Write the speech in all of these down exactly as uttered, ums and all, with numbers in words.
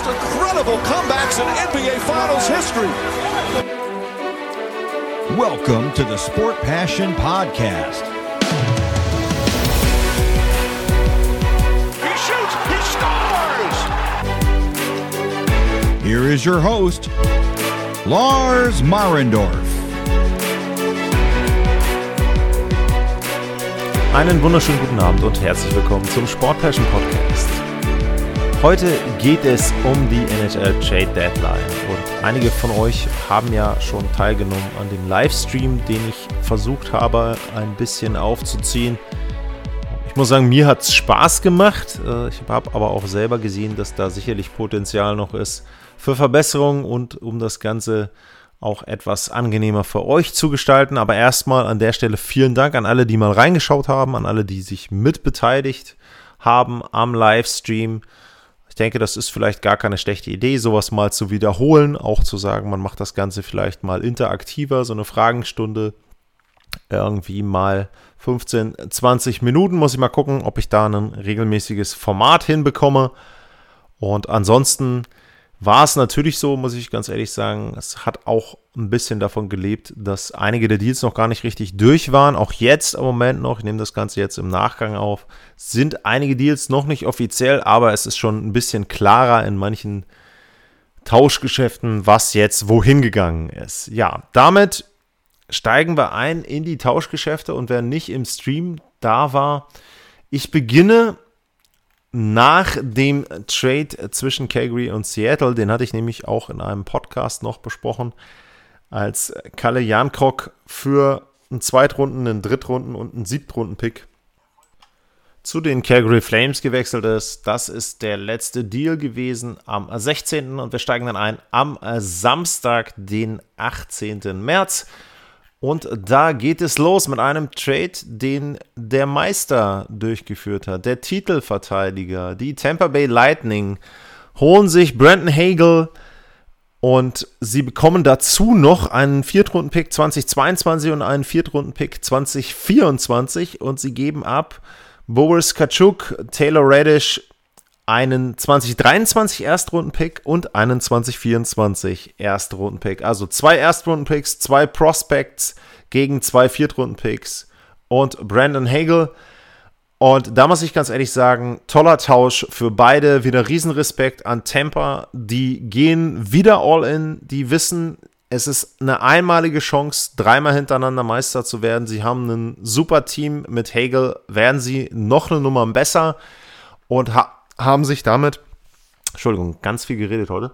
incredible comebacks in N B A Finals history. Welcome to the Sport Passion Podcast. He shoots, he scores! Here is your host, Lars Marendorf. Einen wunderschönen guten Abend und herzlich willkommen zum Sport Passion Podcast. Heute geht es um die N H L Trade Deadline und einige von euch haben ja schon teilgenommen an dem Livestream, den ich versucht habe, ein bisschen aufzuziehen. Ich muss sagen, mir hat es Spaß gemacht. Ich habe aber auch selber gesehen, dass da sicherlich Potenzial noch ist für Verbesserungen und um das Ganze auch etwas angenehmer für euch zu gestalten. Aber erstmal an der Stelle vielen Dank an alle, die mal reingeschaut haben, an alle, die sich mitbeteiligt haben am Livestream. Ich denke, das ist vielleicht gar keine schlechte Idee, sowas mal zu wiederholen, auch zu sagen, man macht das Ganze vielleicht mal interaktiver, so eine Fragenstunde, irgendwie mal fünfzehn, zwanzig Minuten, muss ich mal gucken, ob ich da ein regelmäßiges Format hinbekomme. Und ansonsten war es natürlich so, muss ich ganz ehrlich sagen, es hat auch ein bisschen davon gelebt, dass einige der Deals noch gar nicht richtig durch waren. Auch jetzt im Moment noch, ich nehme das Ganze jetzt im Nachgang auf, sind einige Deals noch nicht offiziell, aber es ist schon ein bisschen klarer in manchen Tauschgeschäften, was jetzt wohin gegangen ist. Ja, damit steigen wir ein in die Tauschgeschäfte und wer nicht im Stream da war, ich beginne nach dem Trade zwischen Calgary und Seattle, den hatte ich nämlich auch in einem Podcast noch besprochen, als Kalle Järnkrok für einen Zweitrunden-, einen Drittrunden- und einen Siebtrunden-Pick zu den Calgary Flames gewechselt ist. Das ist der letzte Deal gewesen am sechzehnten und wir steigen dann ein am Samstag, den achtzehnten März. Und da geht es los mit einem Trade, den der Meister durchgeführt hat. Der Titelverteidiger, die Tampa Bay Lightning, holen sich Brandon Hagel und sie bekommen dazu noch einen Viertrunden-Pick zweitausendzweiundzwanzig und einen Viertrunden-Pick zweitausendvierundzwanzig und sie geben ab Boris Katchouk, Taylor Radish, einen zweitausenddreiundzwanzig Erstrunden-Pick und einen zweitausendvierundzwanzig Erstrunden-Pick. Also zwei Erstrunden-Picks, zwei Prospects gegen zwei Viertrunden-Picks und Brandon Hagel. Und da muss ich ganz ehrlich sagen, toller Tausch für beide. Wieder Riesenrespekt an Tampa. Die gehen wieder all in. Die wissen, es ist eine einmalige Chance, dreimal hintereinander Meister zu werden. Sie haben ein super Team. Mit Hagel werden sie noch eine Nummer besser und ha- haben sich damit, Entschuldigung, ganz viel geredet heute,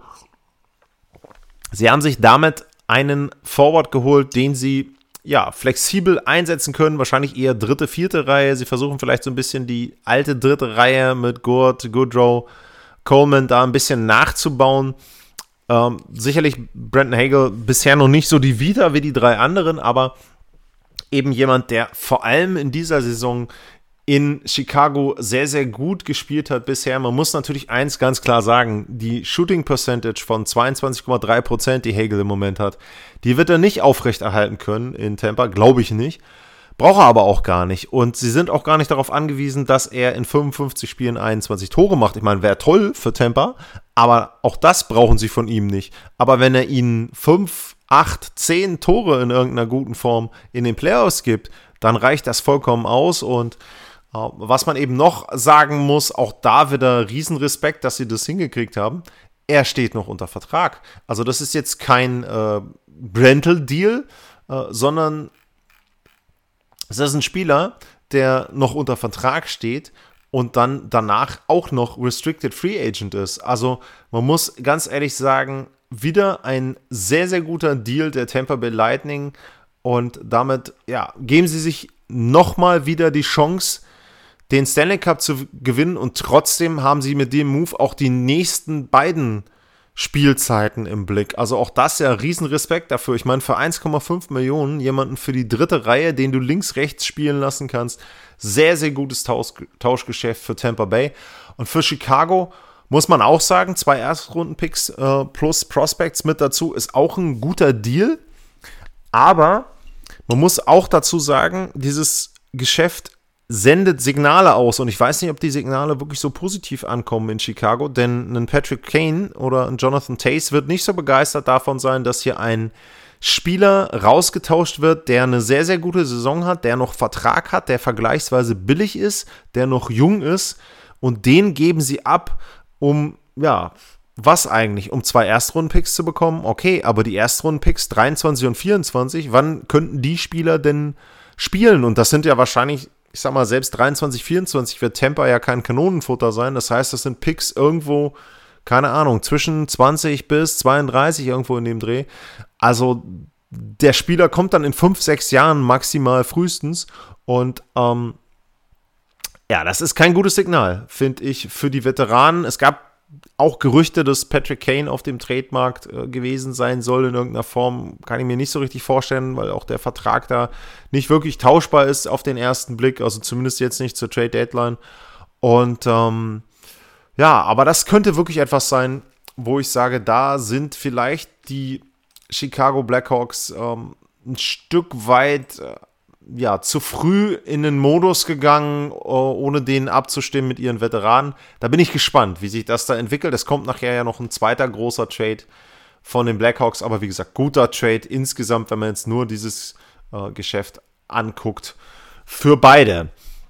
sie haben sich damit einen Forward geholt, den sie ja flexibel einsetzen können, wahrscheinlich eher dritte, vierte Reihe, sie versuchen vielleicht so ein bisschen die alte dritte Reihe mit Gurt, Goodrow, Coleman da ein bisschen nachzubauen. Ähm, sicherlich Brandon Hagel bisher noch nicht so die Vita wie die drei anderen, aber eben jemand, der vor allem in dieser Saison in Chicago sehr, sehr gut gespielt hat bisher. Man muss natürlich eins ganz klar sagen, die Shooting Percentage von zweiundzwanzig Komma drei Prozent, die Hagel im Moment hat, die wird er nicht aufrechterhalten können in Tampa, glaube ich nicht. Braucht er aber auch gar nicht. Und sie sind auch gar nicht darauf angewiesen, dass er in fünfundfünfzig Spielen einundzwanzig Tore macht. Ich meine, wäre toll für Tampa, aber auch das brauchen sie von ihm nicht. Aber wenn er ihnen fünf, acht, zehn Tore in irgendeiner guten Form in den Playoffs gibt, dann reicht das vollkommen aus. Und was man eben noch sagen muss, auch da wieder Riesenrespekt, dass sie das hingekriegt haben. Er steht noch unter Vertrag. Also das ist jetzt kein äh, Rental-Deal, äh, sondern es ist ein Spieler, der noch unter Vertrag steht und dann danach auch noch Restricted Free Agent ist. Also man muss ganz ehrlich sagen, wieder ein sehr, sehr guter Deal der Tampa Bay Lightning und damit ja, geben sie sich nochmal wieder die Chance, den Stanley Cup zu gewinnen und trotzdem haben sie mit dem Move auch die nächsten beiden Spielzeiten im Blick. Also auch das ja Riesenrespekt dafür. Ich meine, für eins Komma fünf Millionen jemanden für die dritte Reihe, den du links, rechts spielen lassen kannst. Sehr, sehr gutes Tausch- Tauschgeschäft für Tampa Bay. Und für Chicago muss man auch sagen, zwei Erstrunden-Picks äh, plus Prospects mit dazu ist auch ein guter Deal. Aber man muss auch dazu sagen, dieses Geschäft sendet Signale aus und ich weiß nicht, ob die Signale wirklich so positiv ankommen in Chicago, denn ein Patrick Kane oder ein Jonathan Toews wird nicht so begeistert davon sein, dass hier ein Spieler rausgetauscht wird, der eine sehr, sehr gute Saison hat, der noch Vertrag hat, der vergleichsweise billig ist, der noch jung ist und den geben sie ab, um, ja, was eigentlich? Um zwei Erstrunden-Picks zu bekommen? Okay, aber die Erstrunden-Picks dreiundzwanzig und vierundzwanzig, wann könnten die Spieler denn spielen? Und das sind ja wahrscheinlich, ich sag mal, selbst dreiundzwanzig, vierundzwanzig wird Tampa ja kein Kanonenfutter sein. Das heißt, das sind Picks irgendwo, keine Ahnung, zwischen zwanzig bis zweiunddreißig irgendwo in dem Dreh. Also der Spieler kommt dann in fünf, sechs Jahren maximal frühestens. Und ähm, ja, das ist kein gutes Signal, finde ich, für die Veteranen. Es gab auch Gerüchte, dass Patrick Kane auf dem Trademarkt äh, gewesen sein soll in irgendeiner Form, kann ich mir nicht so richtig vorstellen, weil auch der Vertrag da nicht wirklich tauschbar ist auf den ersten Blick, also zumindest jetzt nicht zur Trade Deadline. Und ähm, ja, aber das könnte wirklich etwas sein, wo ich sage, da sind vielleicht die Chicago Blackhawks ähm, ein Stück weit äh, ja, zu früh in den Modus gegangen, ohne den abzustimmen mit ihren Veteranen. Da bin ich gespannt, wie sich das da entwickelt. Es kommt nachher ja noch ein zweiter großer Trade von den Blackhawks, aber wie gesagt, guter Trade insgesamt, wenn man jetzt nur dieses äh, Geschäft anguckt, für beide.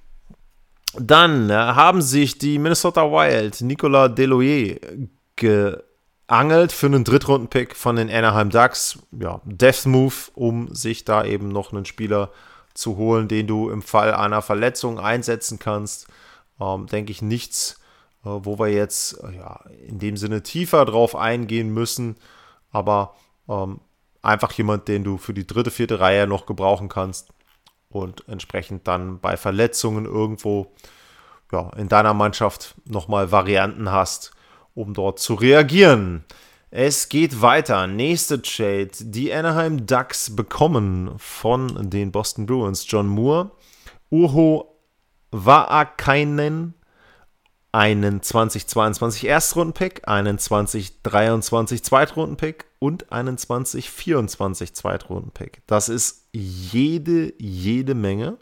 Dann äh, haben sich die Minnesota Wild Nicolas Deloyer geangelt für einen Drittrunden-Pick von den Anaheim Ducks. Ja, Death Move, um sich da eben noch einen Spieler zu holen, den du im Fall einer Verletzung einsetzen kannst. Ähm, denke ich nichts, äh, wo wir jetzt äh, ja, in dem Sinne tiefer drauf eingehen müssen, aber ähm, einfach jemand, den du für die dritte, vierte Reihe noch gebrauchen kannst und entsprechend dann bei Verletzungen irgendwo ja, in deiner Mannschaft nochmal Varianten hast, um dort zu reagieren. Es geht weiter. Nächste Trade. Die Anaheim Ducks bekommen von den Boston Bruins John Moore, Urho Vaakainen, einen zwanzig zweiundzwanzig Erstrunden-Pick, einen zwanzig dreiundzwanzig Zweitrunden-Pick und einen zwanzig vierundzwanzig Zweitrunden-Pick. Das ist jede, jede Menge.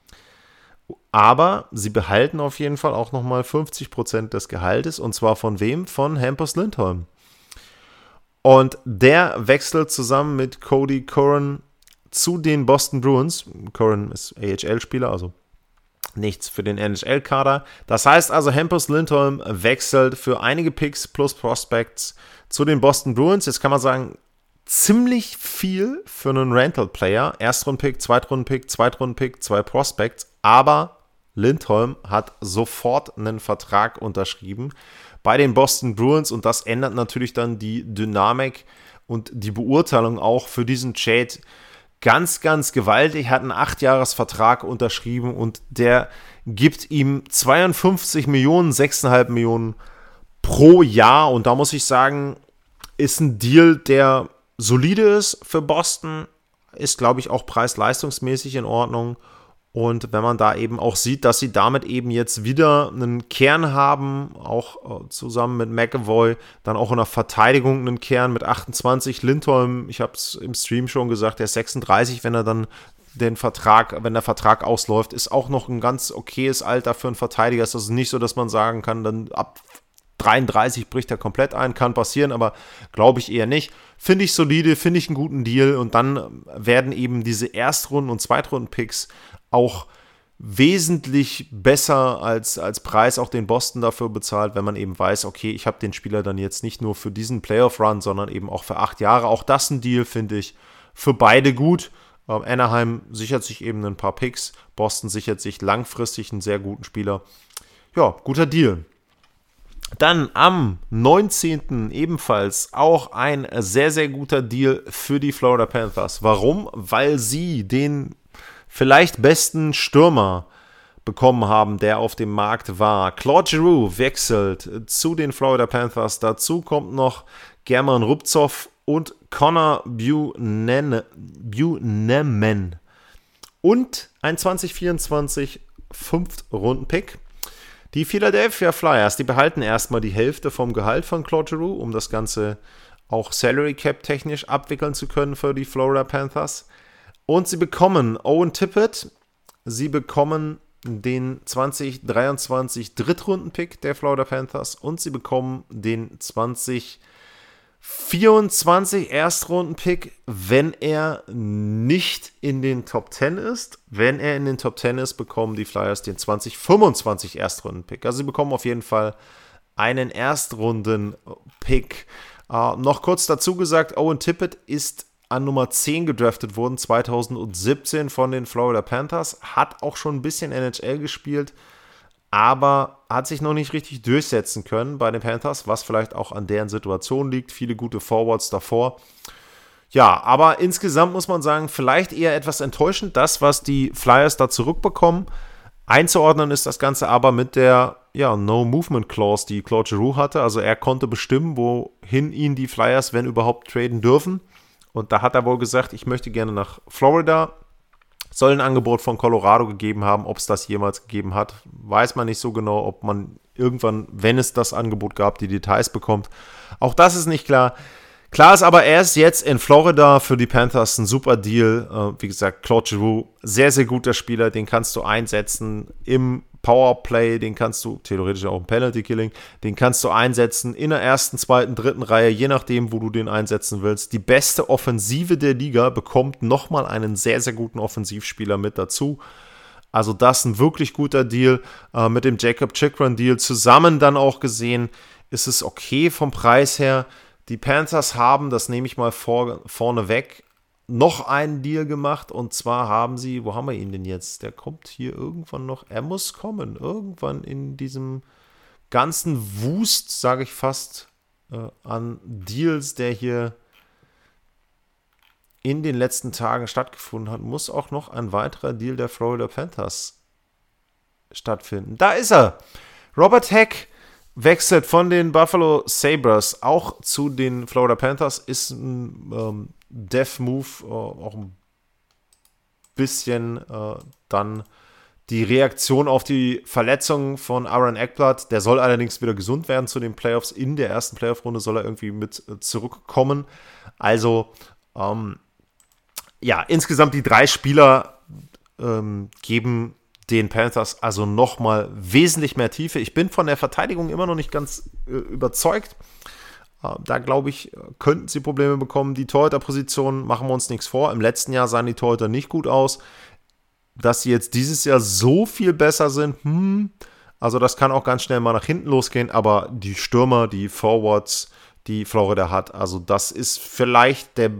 Aber sie behalten auf jeden Fall auch nochmal fünfzig Prozent des Gehaltes. Und zwar von wem? Von Hampus Lindholm. Und der wechselt zusammen mit Cody Curran zu den Boston Bruins. Curran ist A H L-Spieler, also nichts für den N H L-Kader. Das heißt also, Hampus Lindholm wechselt für einige Picks plus Prospects zu den Boston Bruins. Jetzt kann man sagen, ziemlich viel für einen Rental-Player. Erstrunden-Pick, Zweitrunden-Pick, Zweitrunden-Pick, zwei Prospects. Aber Lindholm hat sofort einen Vertrag unterschrieben bei den Boston Bruins und das ändert natürlich dann die Dynamik und die Beurteilung auch für diesen Trade ganz, ganz gewaltig. Hat einen acht-Jahres-Vertrag unterschrieben und der gibt ihm zweiundfünfzig Millionen, sechs Komma fünf Millionen pro Jahr und da muss ich sagen, ist ein Deal, der solide ist für Boston, ist glaube ich auch preis-leistungsmäßig in Ordnung. Und wenn man da eben auch sieht, dass sie damit eben jetzt wieder einen Kern haben, auch äh, zusammen mit McAvoy, dann auch in der Verteidigung einen Kern mit achtundzwanzig. Lindholm, ich habe es im Stream schon gesagt, der ist sechsunddreißig, wenn er dann den Vertrag, wenn der Vertrag ausläuft, ist auch noch ein ganz okayes Alter für einen Verteidiger. Es ist also nicht so, dass man sagen kann, dann ab dreiunddreißig bricht er komplett ein, kann passieren, aber glaube ich eher nicht. Finde ich solide, finde ich einen guten Deal und dann werden eben diese Erstrunden- und Zweitrunden-Picks auch wesentlich besser als, als Preis auch den Boston dafür bezahlt, wenn man eben weiß, okay, ich habe den Spieler dann jetzt nicht nur für diesen Playoff-Run, sondern eben auch für acht Jahre. Auch das ein Deal, finde ich, für beide gut. Ähm, Anaheim sichert sich eben ein paar Picks, Boston sichert sich langfristig einen sehr guten Spieler. Ja, guter Deal. Dann am neunzehnten ebenfalls auch ein sehr, sehr guter Deal für die Florida Panthers. Warum? Weil sie den vielleicht besten Stürmer bekommen haben, der auf dem Markt war. Claude Giroux wechselt zu den Florida Panthers. Dazu kommt noch German Rubtsov und Connor Buchanan. Und ein zwanzig vierundzwanzig Fünftrunden-Pick. Die Philadelphia Flyers, die behalten erstmal die Hälfte vom Gehalt von Claude Giroux, um das Ganze auch Salary Cap technisch abwickeln zu können für die Florida Panthers. Und sie bekommen Owen Tippett, sie bekommen den zwanzig dreiundzwanzig Drittrunden-Pick der Florida Panthers und sie bekommen den zwanzig vierundzwanzig Erstrunden-Pick, wenn er nicht in den Top zehn ist. Wenn er in den Top zehn ist, bekommen die Flyers den zwanzig fünfundzwanzig Erstrunden-Pick. Also sie bekommen auf jeden Fall einen Erstrunden-Pick. Uh, noch kurz dazu gesagt, Owen Tippett ist an Nummer zehn gedraftet worden, zwanzig siebzehn von den Florida Panthers. Hat auch schon ein bisschen N H L gespielt, aber hat sich noch nicht richtig durchsetzen können bei den Panthers, was vielleicht auch an deren Situation liegt. Viele gute Forwards davor. Ja, aber insgesamt muss man sagen, vielleicht eher etwas enttäuschend, das, was die Flyers da zurückbekommen. Einzuordnen ist das Ganze aber mit der ja, No-Movement-Clause, die Claude Giroux hatte. Also er konnte bestimmen, wohin ihn die Flyers, wenn überhaupt, traden dürfen. Und da hat er wohl gesagt, ich möchte gerne nach Florida. Soll ein Angebot von Colorado gegeben haben. Ob es das jemals gegeben hat, weiß man nicht so genau. Ob man irgendwann, wenn es das Angebot gab, die Details bekommt. Auch das ist nicht klar. Klar ist aber, er ist jetzt in Florida für die Panthers ein super Deal. Äh, wie gesagt, Claude Giroux, sehr, sehr guter Spieler. Den kannst du einsetzen im Powerplay, den kannst du, theoretisch auch im Penalty-Killing, den kannst du einsetzen in der ersten, zweiten, dritten Reihe, je nachdem, wo du den einsetzen willst. Die beste Offensive der Liga bekommt nochmal einen sehr, sehr guten Offensivspieler mit dazu. Also das ist ein wirklich guter Deal. Äh, mit dem Jacob Chychrun-Deal zusammen dann auch gesehen, ist es okay vom Preis her. Die Panthers haben, das nehme ich mal vor, vorne weg, noch einen Deal gemacht, und zwar haben sie, wo haben wir ihn denn jetzt? Der kommt hier irgendwann noch, er muss kommen, irgendwann in diesem ganzen Wust, sage ich fast, äh, an Deals, der hier in den letzten Tagen stattgefunden hat, muss auch noch ein weiterer Deal der Florida Panthers stattfinden. Da ist er! Robert Heck wechselt von den Buffalo Sabres auch zu den Florida Panthers, ist ein ähm, Dev-Move, äh, auch ein bisschen äh, dann die Reaktion auf die Verletzung von Aaron Ekblad. Der soll allerdings wieder gesund werden zu den Playoffs. In der ersten Playoff-Runde soll er irgendwie mit äh, zurückkommen. Also, ähm, ja, insgesamt die drei Spieler ähm, geben den Panthers also nochmal wesentlich mehr Tiefe. Ich bin von der Verteidigung immer noch nicht ganz äh, überzeugt. Äh, da glaube ich, könnten sie Probleme bekommen. Die Torhüter-Position, machen wir uns nichts vor. Im letzten Jahr sahen die Torhüter nicht gut aus. Dass sie jetzt dieses Jahr so viel besser sind, hm, also das kann auch ganz schnell mal nach hinten losgehen. Aber die Stürmer, die Forwards, die Florida hat, also das ist vielleicht der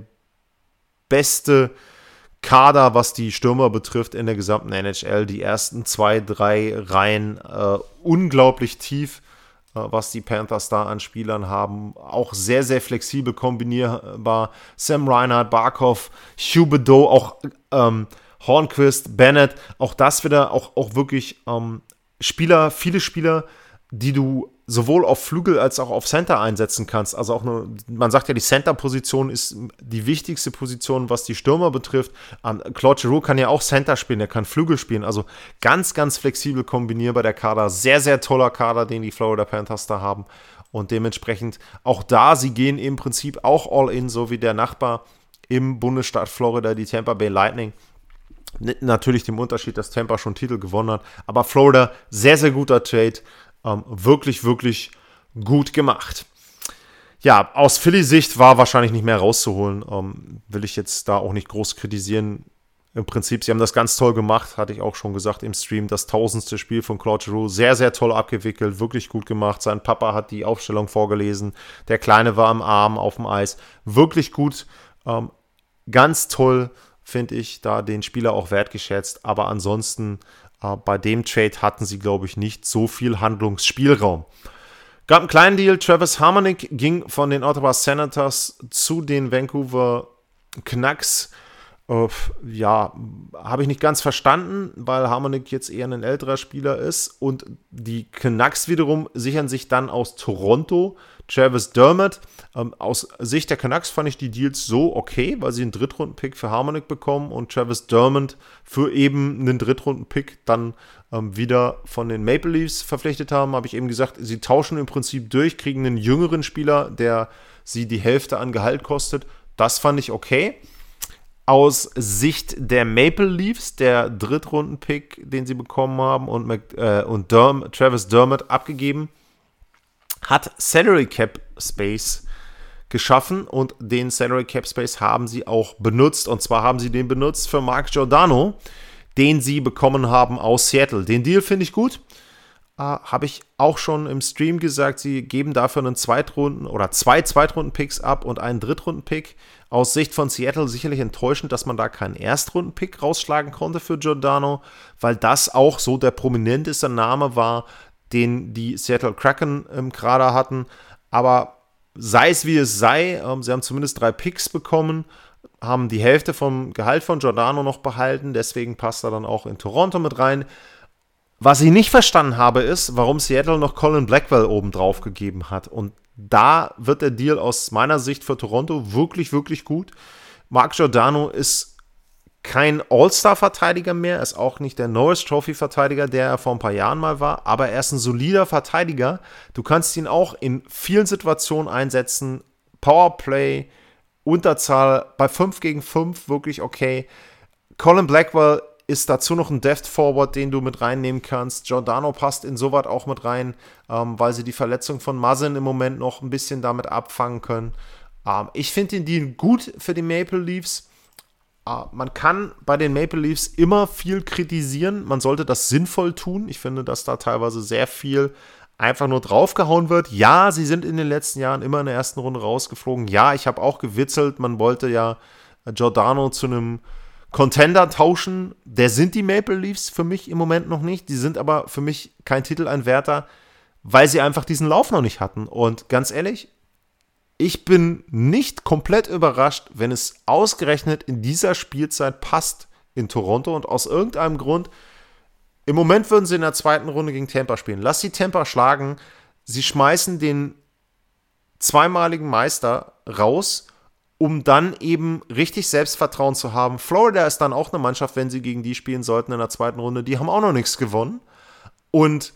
beste Kader, was die Stürmer betrifft in der gesamten N H L. Die ersten zwei, drei Reihen äh, unglaublich tief, äh, was die Panthers da an Spielern haben. Auch sehr, sehr flexibel kombinierbar. Sam Reinhart, Barkov, Huberdeau, auch ähm, Hornquist, Bennett. Auch das wieder, auch, auch wirklich ähm, Spieler, viele Spieler, die du sowohl auf Flügel als auch auf Center einsetzen kannst. Also auch eine, man sagt ja, die Center-Position ist die wichtigste Position, was die Stürmer betrifft. Um, Claude Giroux kann ja auch Center spielen, er kann Flügel spielen. Also ganz, ganz flexibel kombinierbar der Kader. Sehr, sehr toller Kader, den die Florida Panthers da haben. Und dementsprechend auch da, sie gehen im Prinzip auch all in, so wie der Nachbar im Bundesstaat Florida, die Tampa Bay Lightning. Natürlich dem Unterschied, dass Tampa schon Titel gewonnen hat. Aber Florida, sehr, sehr guter Trade. Ähm, wirklich, wirklich gut gemacht. Ja, aus Philly-Sicht war wahrscheinlich nicht mehr rauszuholen. Ähm, will ich jetzt da auch nicht groß kritisieren. Im Prinzip, sie haben das ganz toll gemacht, hatte ich auch schon gesagt im Stream. Das tausendste Spiel von Claude Giroux, sehr, sehr toll abgewickelt, wirklich gut gemacht. Sein Papa hat die Aufstellung vorgelesen. Der Kleine war am Arm auf dem Eis. Wirklich gut, ähm, ganz toll, finde ich, da den Spieler auch wertgeschätzt. Aber ansonsten äh, bei dem Trade hatten sie, glaube ich, nicht so viel Handlungsspielraum. Gab einen kleinen Deal. Travis Harmonic ging von den Ottawa Senators zu den Vancouver Canucks. Uh, ja, habe ich nicht ganz verstanden, weil Harmonic jetzt eher ein älterer Spieler ist. Und die Canucks wiederum sichern sich dann aus Toronto Travis Dermott. Ähm, aus Sicht der Canucks fand ich die Deals so okay, weil sie einen Drittrunden-Pick für Harmonic bekommen und Travis Dermott für eben einen Drittrunden-Pick dann ähm, wieder von den Maple Leafs verpflichtet haben. Habe ich eben gesagt, sie tauschen im Prinzip durch, kriegen einen jüngeren Spieler, der sie die Hälfte an Gehalt kostet. Das fand ich okay. aus Sicht der Maple Leafs, der Drittrunden-Pick, den sie bekommen haben und, Mc, äh, und Derm, Travis Dermott abgegeben, hat Salary Cap Space geschaffen und den Salary Cap Space haben sie auch benutzt. Und zwar haben sie den benutzt für Mark Giordano, den sie bekommen haben aus Seattle. Den Deal finde ich gut. Äh, habe ich auch schon im Stream gesagt, sie geben dafür einen Zweitrunden- oder zwei Zweitrunden-Picks ab und einen Drittrunden-Pick. Aus Sicht von Seattle sicherlich enttäuschend, dass man da keinen Erstrunden-Pick rausschlagen konnte für Giordano, weil das auch so der prominenteste Name war, den die Seattle Kraken im Kader hatten. Aber sei es wie es sei, ähm, sie haben zumindest drei Picks bekommen, haben die Hälfte vom Gehalt von Giordano noch behalten, deswegen passt er dann auch in Toronto mit rein. Was ich nicht verstanden habe, ist, warum Seattle noch Colin Blackwell oben drauf gegeben hat. Und da wird der Deal aus meiner Sicht für Toronto wirklich, wirklich gut. Mark Giordano ist kein All-Star-Verteidiger mehr, ist auch nicht der Norris-Trophy-Verteidiger, der er vor ein paar Jahren mal war, aber er ist ein solider Verteidiger. Du kannst ihn auch in vielen Situationen einsetzen. Powerplay, Unterzahl, bei fünf gegen fünf wirklich okay. Colin Blackwell ist dazu noch ein Depth Forward, den du mit reinnehmen kannst. Giordano passt insoweit auch mit rein, ähm, weil sie die Verletzung von Muzzin im Moment noch ein bisschen damit abfangen können. Ähm, ich finde den Deal gut für die Maple Leafs. Äh, man kann bei den Maple Leafs immer viel kritisieren. Man sollte das sinnvoll tun. Ich finde, dass da teilweise sehr viel einfach nur draufgehauen wird. Ja, sie sind in den letzten Jahren immer in der ersten Runde rausgeflogen. Ja, ich habe auch gewitzelt. Man wollte ja Giordano zu einem Contender tauschen, der sind die Maple Leafs für mich im Moment noch nicht. Die sind aber für mich kein Titelanwärter, weil sie einfach diesen Lauf noch nicht hatten. Und ganz ehrlich, ich bin nicht komplett überrascht, wenn es ausgerechnet in dieser Spielzeit passt in Toronto und aus irgendeinem Grund, im Moment würden sie in der zweiten Runde gegen Tampa spielen. Lass sie Tampa schlagen. Sie schmeißen den zweimaligen Meister raus, um dann eben richtig Selbstvertrauen zu haben. Florida ist dann auch eine Mannschaft, wenn sie gegen die spielen sollten in der zweiten Runde, die haben auch noch nichts gewonnen. Und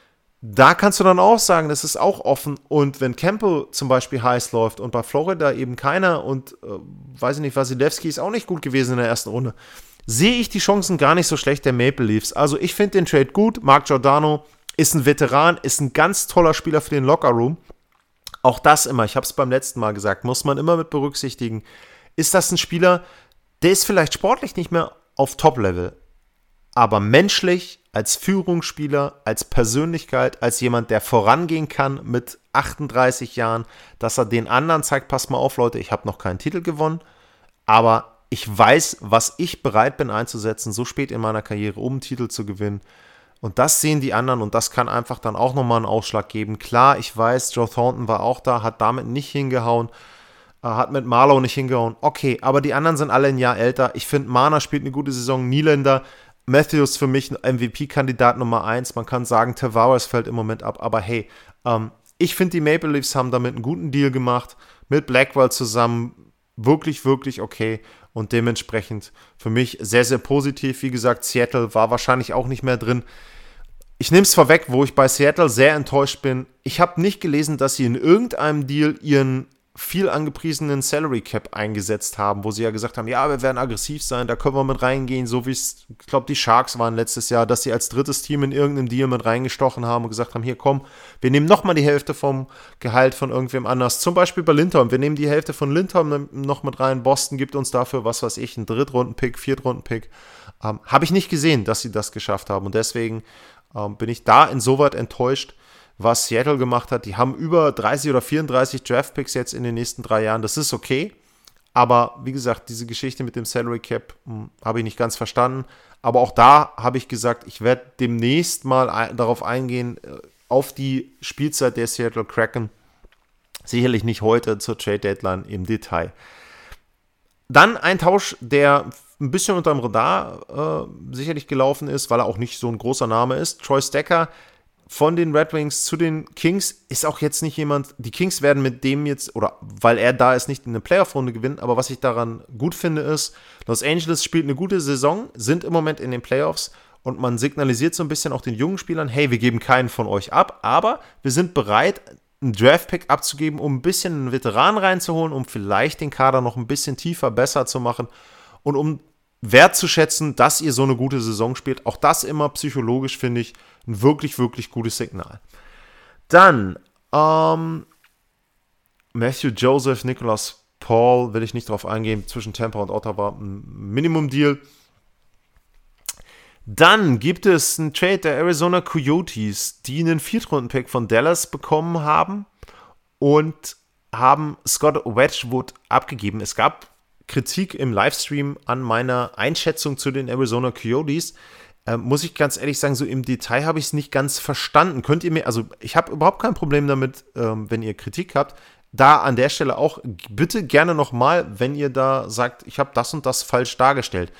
da kannst du dann auch sagen, das ist auch offen. Und wenn Campbell zum Beispiel heiß läuft und bei Florida eben keiner und, äh, weiß ich nicht, Wasilewski ist auch nicht gut gewesen in der ersten Runde, sehe ich die Chancen gar nicht so schlecht der Maple Leafs. Also ich finde den Trade gut. Mark Giordano ist ein Veteran, ist ein ganz toller Spieler für den Lockerroom. Auch das immer, ich habe es beim letzten Mal gesagt, muss man immer mit berücksichtigen. Ist das ein Spieler, der ist vielleicht sportlich nicht mehr auf Top-Level, aber menschlich, als Führungsspieler, als Persönlichkeit, als jemand, der vorangehen kann mit achtunddreißig Jahren, dass er den anderen zeigt, pass mal auf, Leute, ich habe noch keinen Titel gewonnen, aber ich weiß, was ich bereit bin einzusetzen, so spät in meiner Karriere, um einen Titel zu gewinnen. Und das sehen die anderen und das kann einfach dann auch nochmal einen Ausschlag geben. Klar, ich weiß, Joe Thornton war auch da, hat damit nicht hingehauen, äh, hat mit Marlowe nicht hingehauen. Okay, aber die anderen sind alle ein Jahr älter. Ich finde, Marner spielt eine gute Saison, Nylander, Matthews für mich ein M V P-Kandidat Nummer eins. Man kann sagen, Tavares fällt im Moment ab, aber hey, ähm, ich finde, die Maple Leafs haben damit einen guten Deal gemacht, mit Blackwell zusammen, wirklich, wirklich okay. Und dementsprechend für mich sehr, sehr positiv. Wie gesagt, Seattle war wahrscheinlich auch nicht mehr drin. Ich nehme es vorweg, wo ich bei Seattle sehr enttäuscht bin. Ich habe nicht gelesen, dass sie in irgendeinem Deal ihren viel angepriesenen Salary Cap eingesetzt haben, wo sie ja gesagt haben, ja, wir werden aggressiv sein, da können wir mit reingehen, so wie es, ich glaube, die Sharks waren letztes Jahr, dass sie als drittes Team in irgendeinem Deal mit reingestochen haben und gesagt haben, hier komm, wir nehmen nochmal die Hälfte vom Gehalt von irgendwem anders, zum Beispiel bei Lindholm, wir nehmen die Hälfte von Lindholm noch mit rein, Boston gibt uns dafür, was weiß ich, einen Drittrunden-Pick, Viertrunden-Pick, ähm, habe ich nicht gesehen, dass sie das geschafft haben und deswegen ähm, bin ich da insoweit enttäuscht, was Seattle gemacht hat. Die haben über dreißig oder vierunddreißig Draftpicks jetzt in den nächsten drei Jahren. Das ist okay. Aber wie gesagt, diese Geschichte mit dem Salary Cap hm, habe ich nicht ganz verstanden. Aber auch da habe ich gesagt, ich werde demnächst mal ein, darauf eingehen, äh, auf die Spielzeit der Seattle Kraken. Sicherlich nicht heute zur Trade Deadline im Detail. Dann ein Tausch, der ein bisschen unter dem Radar äh, sicherlich gelaufen ist, weil er auch nicht so ein großer Name ist. Troy Stecher von den Red Wings zu den Kings ist auch jetzt nicht jemand, die Kings werden mit dem jetzt, oder weil er da ist, nicht in eine Playoff-Runde gewinnen, aber was ich daran gut finde ist, Los Angeles spielt eine gute Saison, sind im Moment in den Playoffs und man signalisiert so ein bisschen auch den jungen Spielern, hey, wir geben keinen von euch ab, aber wir sind bereit, einen Draft-Pick abzugeben, um ein bisschen einen Veteran reinzuholen, um vielleicht den Kader noch ein bisschen tiefer, besser zu machen und um wertzuschätzen, dass ihr so eine gute Saison spielt. Auch das immer psychologisch, finde ich, ein wirklich, wirklich gutes Signal. Dann, ähm, Matthew Joseph, Nicholas Paul, will ich nicht drauf eingehen, zwischen Tampa und Ottawa ein Minimum-Deal. Dann gibt es einen Trade der Arizona Coyotes, die einen Viertrunden-Pick von Dallas bekommen haben und haben Scott Wedgwood abgegeben. Es gab Kritik im Livestream an meiner Einschätzung zu den Arizona Coyotes. Ähm, muss ich ganz ehrlich sagen, so im Detail habe ich es nicht ganz verstanden. Könnt ihr mir, also ich habe überhaupt kein Problem damit, ähm, wenn ihr Kritik habt. Da an der Stelle auch bitte gerne nochmal, wenn ihr da sagt, ich habe das und das falsch dargestellt.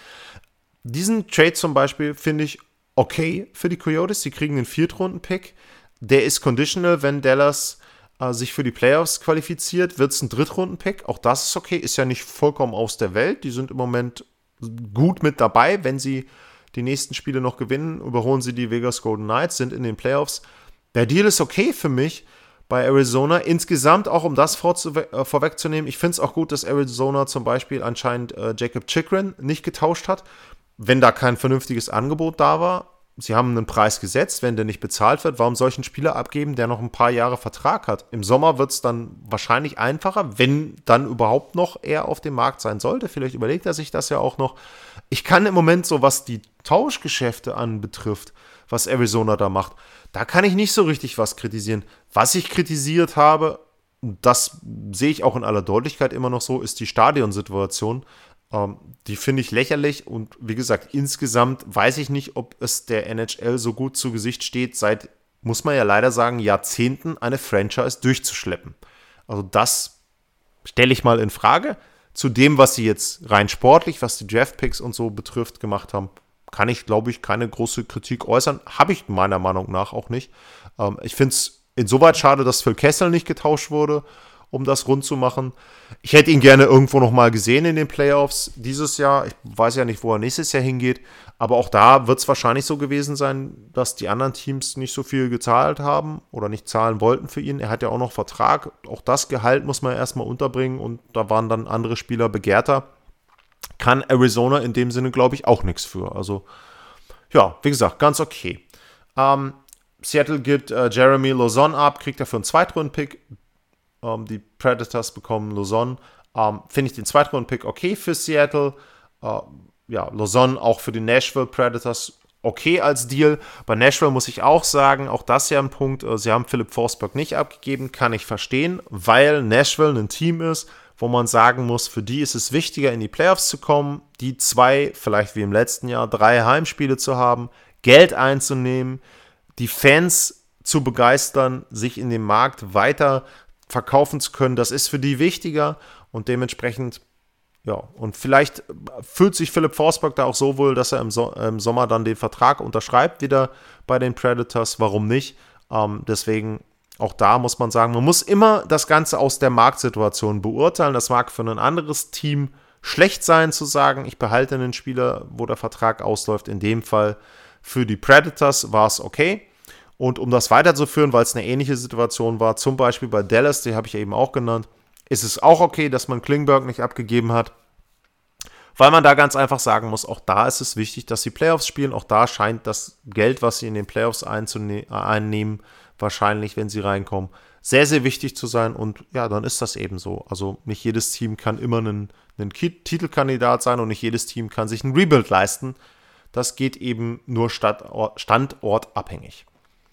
Diesen Trade zum Beispiel finde ich okay für die Coyotes. Sie kriegen einen Viertrunden-Pick. Der ist conditional, wenn Dallas äh, sich für die Playoffs qualifiziert, wird es ein Drittrunden-Pick. Auch das ist okay, ist ja nicht vollkommen aus der Welt. Die sind im Moment gut mit dabei. Wenn sie die nächsten Spiele noch gewinnen, überholen sie die Vegas Golden Knights, sind in den Playoffs. Der Deal ist okay für mich bei Arizona. Insgesamt auch, um das vorzuwe- äh, vorwegzunehmen, ich finde es auch gut, dass Arizona zum Beispiel anscheinend äh, Jacob Chychrun nicht getauscht hat. Wenn da kein vernünftiges Angebot da war, sie haben einen Preis gesetzt, wenn der nicht bezahlt wird, warum soll ich einen Spieler abgeben, der noch ein paar Jahre Vertrag hat? Im Sommer wird es dann wahrscheinlich einfacher, wenn dann überhaupt noch er auf dem Markt sein sollte. Vielleicht überlegt er sich das ja auch noch. Ich kann im Moment so, was die Tauschgeschäfte anbetrifft, was Arizona da macht, da kann ich nicht so richtig was kritisieren. Was ich kritisiert habe, das sehe ich auch in aller Deutlichkeit immer noch so, ist die Stadionsituation. Ähm, die finde ich lächerlich und wie gesagt, insgesamt weiß ich nicht, ob es der N H L so gut zu Gesicht steht, seit, muss man ja leider sagen, Jahrzehnten eine Franchise durchzuschleppen. Also das stelle ich mal in Frage. Zu dem, was sie jetzt rein sportlich, was die Draftpicks und so betrifft, gemacht haben, kann ich, glaube ich, keine große Kritik äußern. Habe ich meiner Meinung nach auch nicht. Ähm, ich finde es insoweit schade, dass Phil Kessel nicht getauscht wurde, um das rund zu machen. Ich hätte ihn gerne irgendwo noch mal gesehen in den Playoffs dieses Jahr. Ich weiß ja nicht, wo er nächstes Jahr hingeht. Aber auch da wird es wahrscheinlich so gewesen sein, dass die anderen Teams nicht so viel gezahlt haben oder nicht zahlen wollten für ihn. Er hat ja auch noch Vertrag. Auch das Gehalt muss man erstmal unterbringen. Und da waren dann andere Spieler begehrter. Kann Arizona in dem Sinne, glaube ich, auch nichts für. Also, ja, wie gesagt, ganz okay. Ähm, Seattle gibt äh, Jeremy Lauzon ab, kriegt dafür einen Zweitrunden-Pick. Ähm, die Predators bekommen Lauzon. Ähm, Finde ich den Zweitrunden-Pick okay für Seattle. Äh, ja, Lauzon auch für die Nashville Predators okay als Deal. Bei Nashville muss ich auch sagen, auch das ja ein Punkt, äh, sie haben Philipp Forsberg nicht abgegeben, kann ich verstehen, weil Nashville ein Team ist, wo man sagen muss, für die ist es wichtiger, in die Playoffs zu kommen, die zwei, vielleicht wie im letzten Jahr, drei Heimspiele zu haben, Geld einzunehmen, die Fans zu begeistern, sich in dem Markt weiter verkaufen zu können. Das ist für die wichtiger und dementsprechend, ja, und vielleicht fühlt sich Philipp Forsberg da auch so wohl, dass er im, so- im Sommer dann den Vertrag unterschreibt, wieder bei den Predators. Warum nicht? Ähm, deswegen auch da muss man sagen, man muss immer das Ganze aus der Marktsituation beurteilen. Das mag für ein anderes Team schlecht sein, zu sagen, ich behalte einen Spieler, wo der Vertrag ausläuft. In dem Fall für die Predators war es okay. Und um das weiterzuführen, weil es eine ähnliche Situation war, zum Beispiel bei Dallas, die habe ich eben auch genannt, ist es auch okay, dass man Klingberg nicht abgegeben hat. Weil man da ganz einfach sagen muss, auch da ist es wichtig, dass sie Playoffs spielen. Auch da scheint das Geld, was sie in den Playoffs einzune- einnehmen, wahrscheinlich, wenn sie reinkommen, sehr, sehr wichtig zu sein. Und ja, dann ist das eben so. Also nicht jedes Team kann immer ein, ein Titelkandidat sein und nicht jedes Team kann sich ein Rebuild leisten. Das geht eben nur Standort, standortabhängig.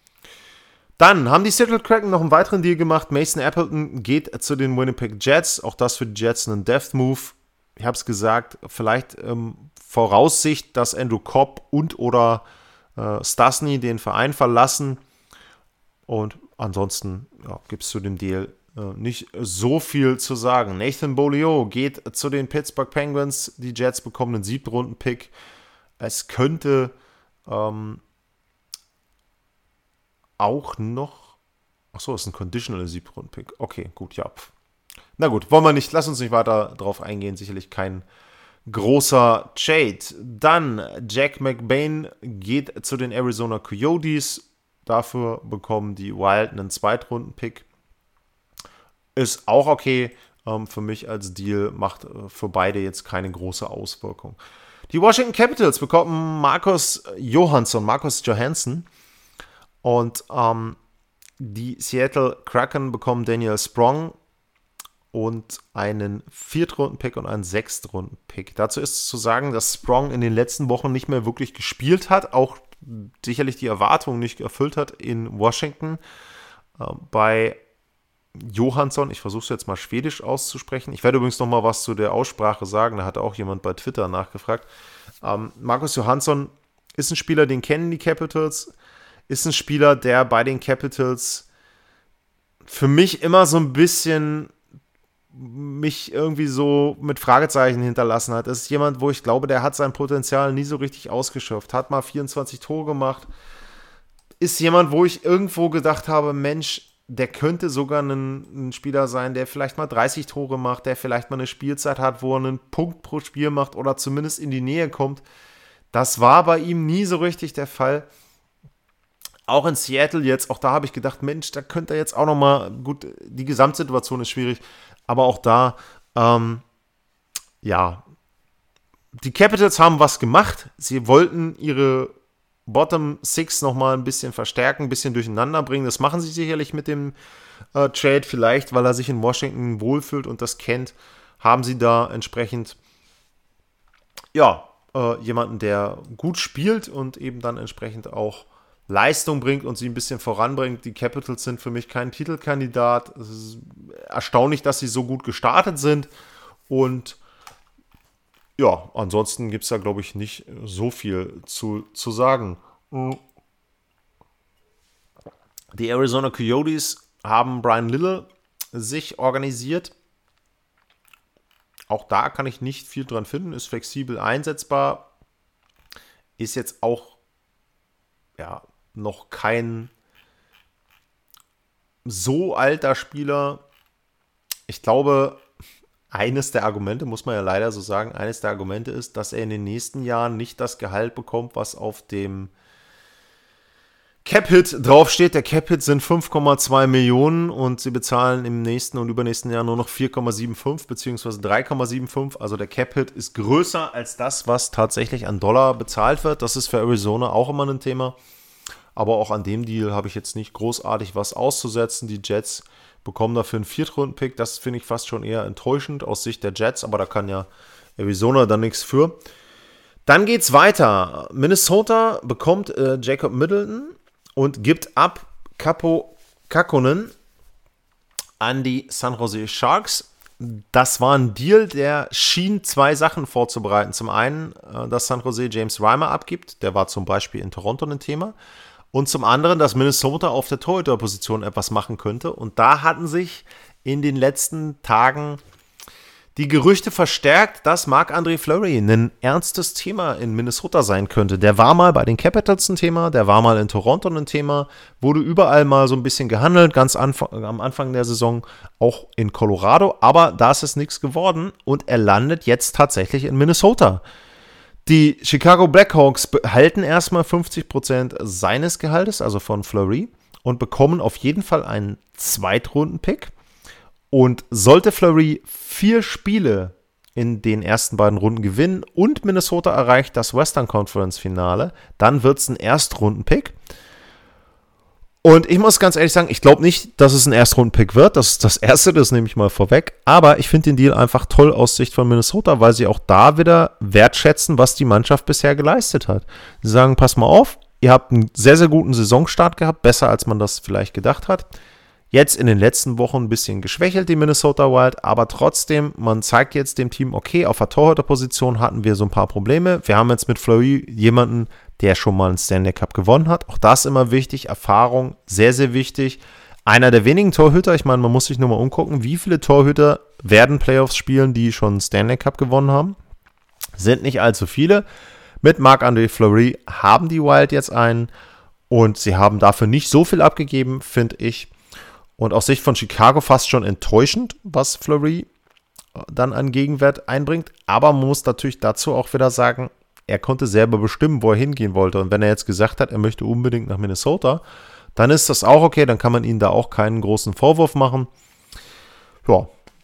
Dann haben die Seattle Kraken noch einen weiteren Deal gemacht. Mason Appleton geht zu den Winnipeg Jets. Auch das für die Jets ein Death-Move. Ich habe es gesagt, vielleicht ähm, Voraussicht, dass Andrew Copp und oder äh, Stastny den Verein verlassen. Und ansonsten ja, gibt es zu dem Deal äh, nicht so viel zu sagen. Nathan Beaulieu geht zu den Pittsburgh Penguins. Die Jets bekommen einen siebten Runden-Pick. Es könnte ähm, auch noch, achso, das ist ein conditional siebter Runden-Pick. Okay, gut, ja. Na gut, wollen wir nicht, lass uns nicht weiter drauf eingehen. Sicherlich kein großer Trade. Dann Jack McBain geht zu den Arizona Coyotes. Dafür bekommen die Wild einen Zweitrunden-Pick. Ist auch okay. Ähm, für mich als Deal macht äh, für beide jetzt keine große Auswirkung. Die Washington Capitals bekommen Marcus Johansson, Marcus Johansson. Und ähm, die Seattle Kraken bekommen Daniel Sprong und einen Viertrunden-Pick und einen Sechstrunden-Pick. Dazu ist zu sagen, dass Sprong in den letzten Wochen nicht mehr wirklich gespielt hat, auch sicherlich die Erwartungen nicht erfüllt hat in Washington. Äh, bei Johansson, ich versuche es jetzt mal schwedisch auszusprechen. Ich werde übrigens noch mal was zu der Aussprache sagen, da hat auch jemand bei Twitter nachgefragt. Ähm, Marcus Johansson ist ein Spieler, den kennen die Capitals, ist ein Spieler, der bei den Capitals für mich immer so ein bisschen mich irgendwie so mit Fragezeichen hinterlassen hat. Das ist jemand, wo ich glaube, der hat sein Potenzial nie so richtig ausgeschöpft. Hat mal vierundzwanzig Tore gemacht. Ist jemand, wo ich irgendwo gedacht habe, Mensch, der könnte sogar ein, ein Spieler sein, der vielleicht mal dreißig Tore macht, der vielleicht mal eine Spielzeit hat, wo er einen Punkt pro Spiel macht oder zumindest in die Nähe kommt. Das war bei ihm nie so richtig der Fall. Auch in Seattle jetzt, auch da habe ich gedacht, Mensch, da könnte er jetzt auch noch mal, gut, die Gesamtsituation ist schwierig, aber auch da, ähm, ja, die Capitals haben was gemacht. Sie wollten ihre Bottom Six noch mal ein bisschen verstärken, ein bisschen durcheinander bringen. Das machen sie sicherlich mit dem äh, Trade, vielleicht, weil er sich in Washington wohlfühlt und das kennt, haben sie da entsprechend, ja, äh, jemanden, der gut spielt und eben dann entsprechend auch Leistung bringt und sie ein bisschen voranbringt. Die Capitals sind für mich kein Titelkandidat. Es ist erstaunlich, dass sie so gut gestartet sind. Und ja, ansonsten gibt es da, glaube ich, nicht so viel zu, zu sagen. Die Arizona Coyotes haben Brian Little sich organisiert. Auch da kann ich nicht viel dran finden. Ist flexibel einsetzbar. Ist jetzt auch, ja, noch kein so alter Spieler. Ich glaube, eines der Argumente, muss man ja leider so sagen, eines der Argumente ist, dass er in den nächsten Jahren nicht das Gehalt bekommt, was auf dem Cap-Hit draufsteht. Der Cap-Hit sind fünf Komma zwei Millionen und sie bezahlen im nächsten und übernächsten Jahr nur noch vier Komma fünfundsiebzig bzw. drei Komma fünfundsiebzig. Also der Cap-Hit ist größer als das, was tatsächlich an Dollar bezahlt wird. Das ist für Arizona auch immer ein Thema. Aber auch an dem Deal habe ich jetzt nicht großartig was auszusetzen. Die Jets bekommen dafür einen Viertrunden-Pick. Das finde ich fast schon eher enttäuschend aus Sicht der Jets. Aber da kann ja Arizona dann nichts für. Dann geht es weiter. Minnesota bekommt äh, Jacob Middleton und gibt ab Kaapo Kähkönen an die San Jose Sharks. Das war ein Deal, der schien zwei Sachen vorzubereiten. Zum einen, äh, dass San Jose James Reimer abgibt. Der war zum Beispiel in Toronto ein Thema. Und zum anderen, dass Minnesota auf der Torhüterposition etwas machen könnte. Und da hatten sich in den letzten Tagen die Gerüchte verstärkt, dass Marc-André Fleury ein ernstes Thema in Minnesota sein könnte. Der war mal bei den Capitals ein Thema, der war mal in Toronto ein Thema, wurde überall mal so ein bisschen gehandelt, ganz anfang, am Anfang der Saison auch in Colorado. Aber da ist es nichts geworden und er landet jetzt tatsächlich in Minnesota. Die Chicago Blackhawks behalten erstmal fünfzig Prozent seines Gehaltes, also von Fleury, und bekommen auf jeden Fall einen Zweitrunden-Pick. Und sollte Fleury vier Spiele in den ersten beiden Runden gewinnen und Minnesota erreicht das Western Conference Finale, dann wird es ein Erstrunden-Pick. Und ich muss ganz ehrlich sagen, ich glaube nicht, dass es ein Erstrunden-Pick wird. Das ist das Erste, das nehme ich mal vorweg. Aber ich finde den Deal einfach toll aus Sicht von Minnesota, weil sie auch da wieder wertschätzen, was die Mannschaft bisher geleistet hat. Sie sagen, pass mal auf, ihr habt einen sehr, sehr guten Saisonstart gehabt, besser als man das vielleicht gedacht hat. Jetzt in den letzten Wochen ein bisschen geschwächelt, die Minnesota Wild, aber trotzdem, man zeigt jetzt dem Team, okay, auf der Torhüterposition hatten wir so ein paar Probleme. Wir haben jetzt mit Fleury jemanden, der schon mal einen Stanley Cup gewonnen hat. Auch das immer wichtig, Erfahrung, sehr, sehr wichtig. Einer der wenigen Torhüter, ich meine, man muss sich nur mal umgucken, wie viele Torhüter werden Playoffs spielen, die schon einen Stanley Cup gewonnen haben. Sind nicht allzu viele. Mit Marc-André Fleury haben die Wild jetzt einen und sie haben dafür nicht so viel abgegeben, finde ich. Und aus Sicht von Chicago fast schon enttäuschend, was Fleury dann an Gegenwert einbringt. Aber man muss natürlich dazu auch wieder sagen, er konnte selber bestimmen, wo er hingehen wollte. Und wenn er jetzt gesagt hat, er möchte unbedingt nach Minnesota, dann ist das auch okay. Dann kann man ihm da auch keinen großen Vorwurf machen. Ja,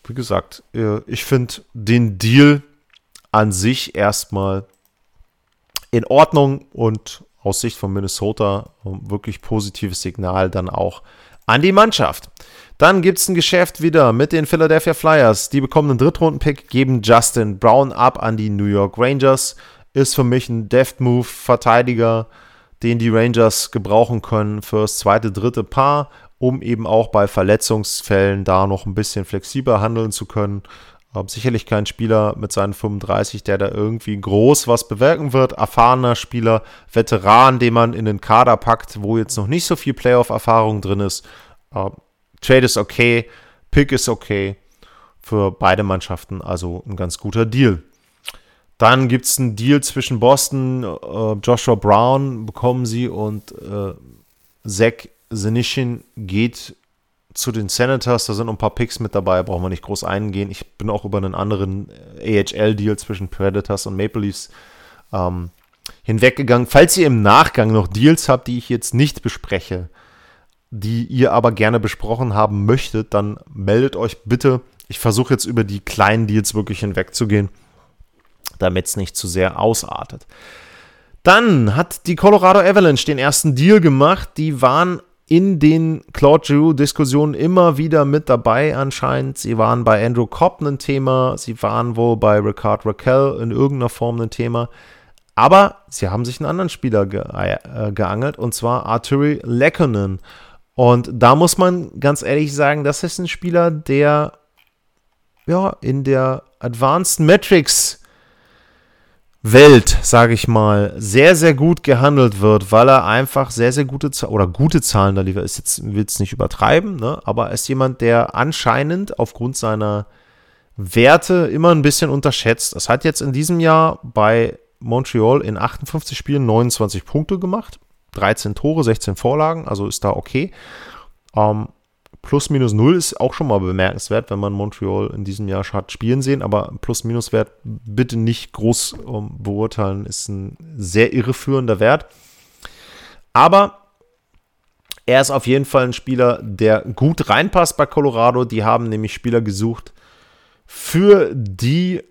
wie gesagt, ich finde den Deal an sich erstmal in Ordnung und aus Sicht von Minnesota wirklich positives Signal dann auch an die Mannschaft. Dann gibt es ein Geschäft wieder mit den Philadelphia Flyers. Die bekommen einen Drittrunden-Pick, geben Justin Brown ab an die New York Rangers. Ist für mich ein Deft-Move-Verteidiger, den die Rangers gebrauchen können fürs zweite, dritte Paar, um eben auch bei Verletzungsfällen da noch ein bisschen flexibler handeln zu können. Aber sicherlich kein Spieler mit seinen fünfunddreißig, der da irgendwie groß was bewirken wird. Erfahrener Spieler, Veteran, den man in den Kader packt, wo jetzt noch nicht so viel Playoff-Erfahrung drin ist. Uh, Trade ist okay, Pick ist okay für beide Mannschaften, also ein ganz guter Deal. Dann gibt es einen Deal zwischen Boston, uh, Joshua Brown bekommen sie und uh, Zach Senyshyn geht zu den Senators, da sind noch ein paar Picks mit dabei, brauchen wir nicht groß eingehen. Ich bin auch über einen anderen A H L-Deal zwischen Predators und Maple Leafs ähm, hinweggegangen. Falls ihr im Nachgang noch Deals habt, die ich jetzt nicht bespreche, die ihr aber gerne besprochen haben möchtet, dann meldet euch bitte. Ich versuche jetzt über die kleinen Deals wirklich hinwegzugehen, damit es nicht zu sehr ausartet. Dann hat die Colorado Avalanche den ersten Deal gemacht. Die waren in den Claude Giroux-Diskussionen immer wieder mit dabei anscheinend. Sie waren bei Andrew Copp ein Thema, sie waren wohl bei Rickard Rakell in irgendeiner Form ein Thema. Aber sie haben sich einen anderen Spieler ge- äh, geangelt, und zwar Artturi Lehkonen. Und da muss man ganz ehrlich sagen, das ist ein Spieler, der ja in der Advanced Metrics Welt, sage ich mal, sehr, sehr gut gehandelt wird, weil er einfach sehr, sehr gute Z- oder gute Zahlen da liefert. Ist jetzt, will es nicht übertreiben, ne? Aber er ist jemand, der anscheinend aufgrund seiner Werte immer ein bisschen unterschätzt. Es hat jetzt in diesem Jahr bei Montreal in achtundfünfzig Spielen neunundzwanzig Punkte gemacht, dreizehn Tore, sechzehn Vorlagen, also ist da okay. Ähm, Plus-Minus null ist auch schon mal bemerkenswert, wenn man Montreal in diesem Jahr hat spielen sehen, aber Plus-Minus-Wert bitte nicht groß um, beurteilen, ist ein sehr irreführender Wert. Aber er ist auf jeden Fall ein Spieler, der gut reinpasst bei Colorado. Die haben nämlich Spieler gesucht für die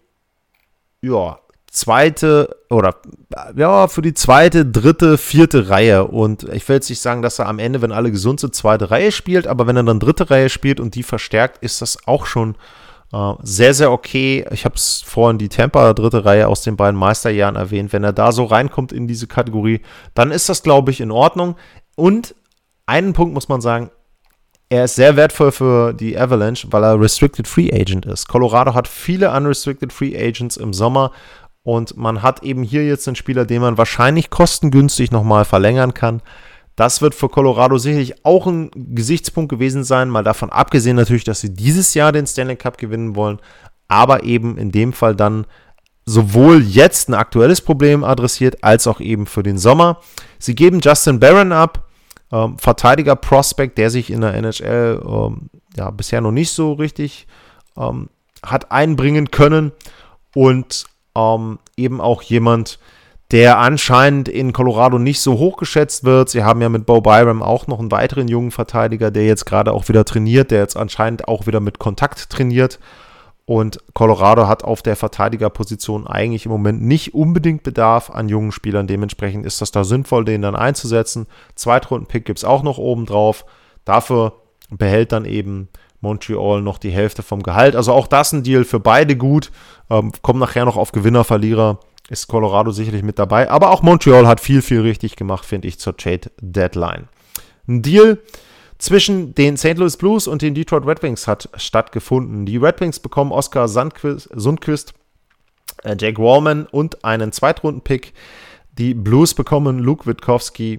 ja, zweite oder ja, für die zweite, dritte, vierte Reihe. Und ich will jetzt nicht sagen, dass er am Ende, wenn alle gesund sind, zweite Reihe spielt, aber wenn er dann dritte Reihe spielt und die verstärkt, ist das auch schon äh, sehr, sehr okay. Ich habe es vorhin die Tampa dritte Reihe aus den beiden Meisterjahren erwähnt. Wenn er da so reinkommt in diese Kategorie, dann ist das, glaube ich, in Ordnung. Und einen Punkt muss man sagen, er ist sehr wertvoll für die Avalanche, weil er Restricted Free Agent ist. Colorado hat viele Unrestricted Free Agents im Sommer. Und man hat eben hier jetzt einen Spieler, den man wahrscheinlich kostengünstig nochmal verlängern kann. Das wird für Colorado sicherlich auch ein Gesichtspunkt gewesen sein, mal davon abgesehen natürlich, dass sie dieses Jahr den Stanley Cup gewinnen wollen, aber eben in dem Fall dann sowohl jetzt ein aktuelles Problem adressiert, als auch eben für den Sommer. Sie geben Justin Barron ab, ähm, Verteidiger-Prospect, der sich in der N H L ähm, ja, bisher noch nicht so richtig ähm, hat einbringen können, und Um, eben auch jemand, der anscheinend in Colorado nicht so hoch geschätzt wird. Sie haben ja mit Bo Byram auch noch einen weiteren jungen Verteidiger, der jetzt gerade auch wieder trainiert, der jetzt anscheinend auch wieder mit Kontakt trainiert. Und Colorado hat auf der Verteidigerposition eigentlich im Moment nicht unbedingt Bedarf an jungen Spielern. Dementsprechend ist das da sinnvoll, den dann einzusetzen. Zweitrunden-Pick gibt es auch noch oben drauf. Dafür behält dann eben Montreal noch die Hälfte vom Gehalt. Also auch das ein Deal für beide gut. Ähm, kommen nachher noch auf Gewinner, Verlierer. Ist Colorado sicherlich mit dabei. Aber auch Montreal hat viel, viel richtig gemacht, finde ich, zur Trade-Deadline. Ein Deal zwischen den Saint Louis Blues und den Detroit Red Wings hat stattgefunden. Die Red Wings bekommen Oskar Sundqvist, Sundqvist äh, Jake Wallman und einen Zweitrunden-Pick. Die Blues bekommen Luke Witkowski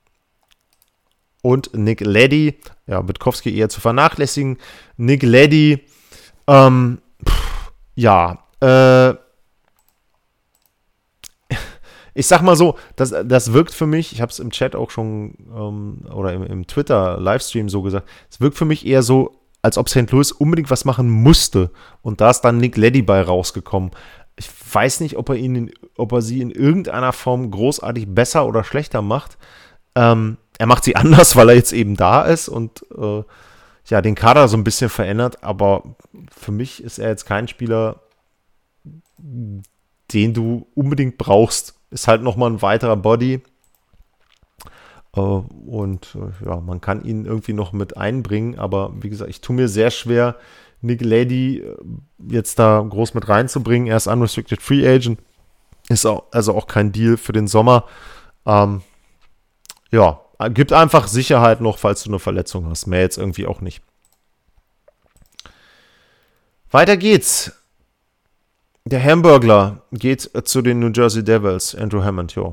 und Nick Leddy. Ja, Witkowski eher zu vernachlässigen. Nick Leddy, ähm, pff, ja, äh, ich sag mal so, das, das wirkt für mich, ich habe es im Chat auch schon, ähm, oder im, im Twitter-Livestream so gesagt, es wirkt für mich eher so, als ob Saint Louis unbedingt was machen musste. Und da ist dann Nick Leddy bei rausgekommen. Ich weiß nicht, ob er, ihn, ob er sie in irgendeiner Form großartig besser oder schlechter macht. Ähm, Er macht sie anders, weil er jetzt eben da ist, und äh, ja, den Kader so ein bisschen verändert, aber für mich ist er jetzt kein Spieler, den du unbedingt brauchst. Ist halt nochmal ein weiterer Body. Uh, und uh, ja, man kann ihn irgendwie noch mit einbringen, aber wie gesagt, ich tue mir sehr schwer, Nick Leddy uh, jetzt da groß mit reinzubringen. Er ist Unrestricted Free Agent, ist auch, also auch kein Deal für den Sommer. Um, ja, gibt einfach Sicherheit noch, falls du eine Verletzung hast. Mehr jetzt irgendwie auch nicht. Weiter geht's. Der Hamburgler geht uh, zu den New Jersey Devils, Andrew Hammond, jo.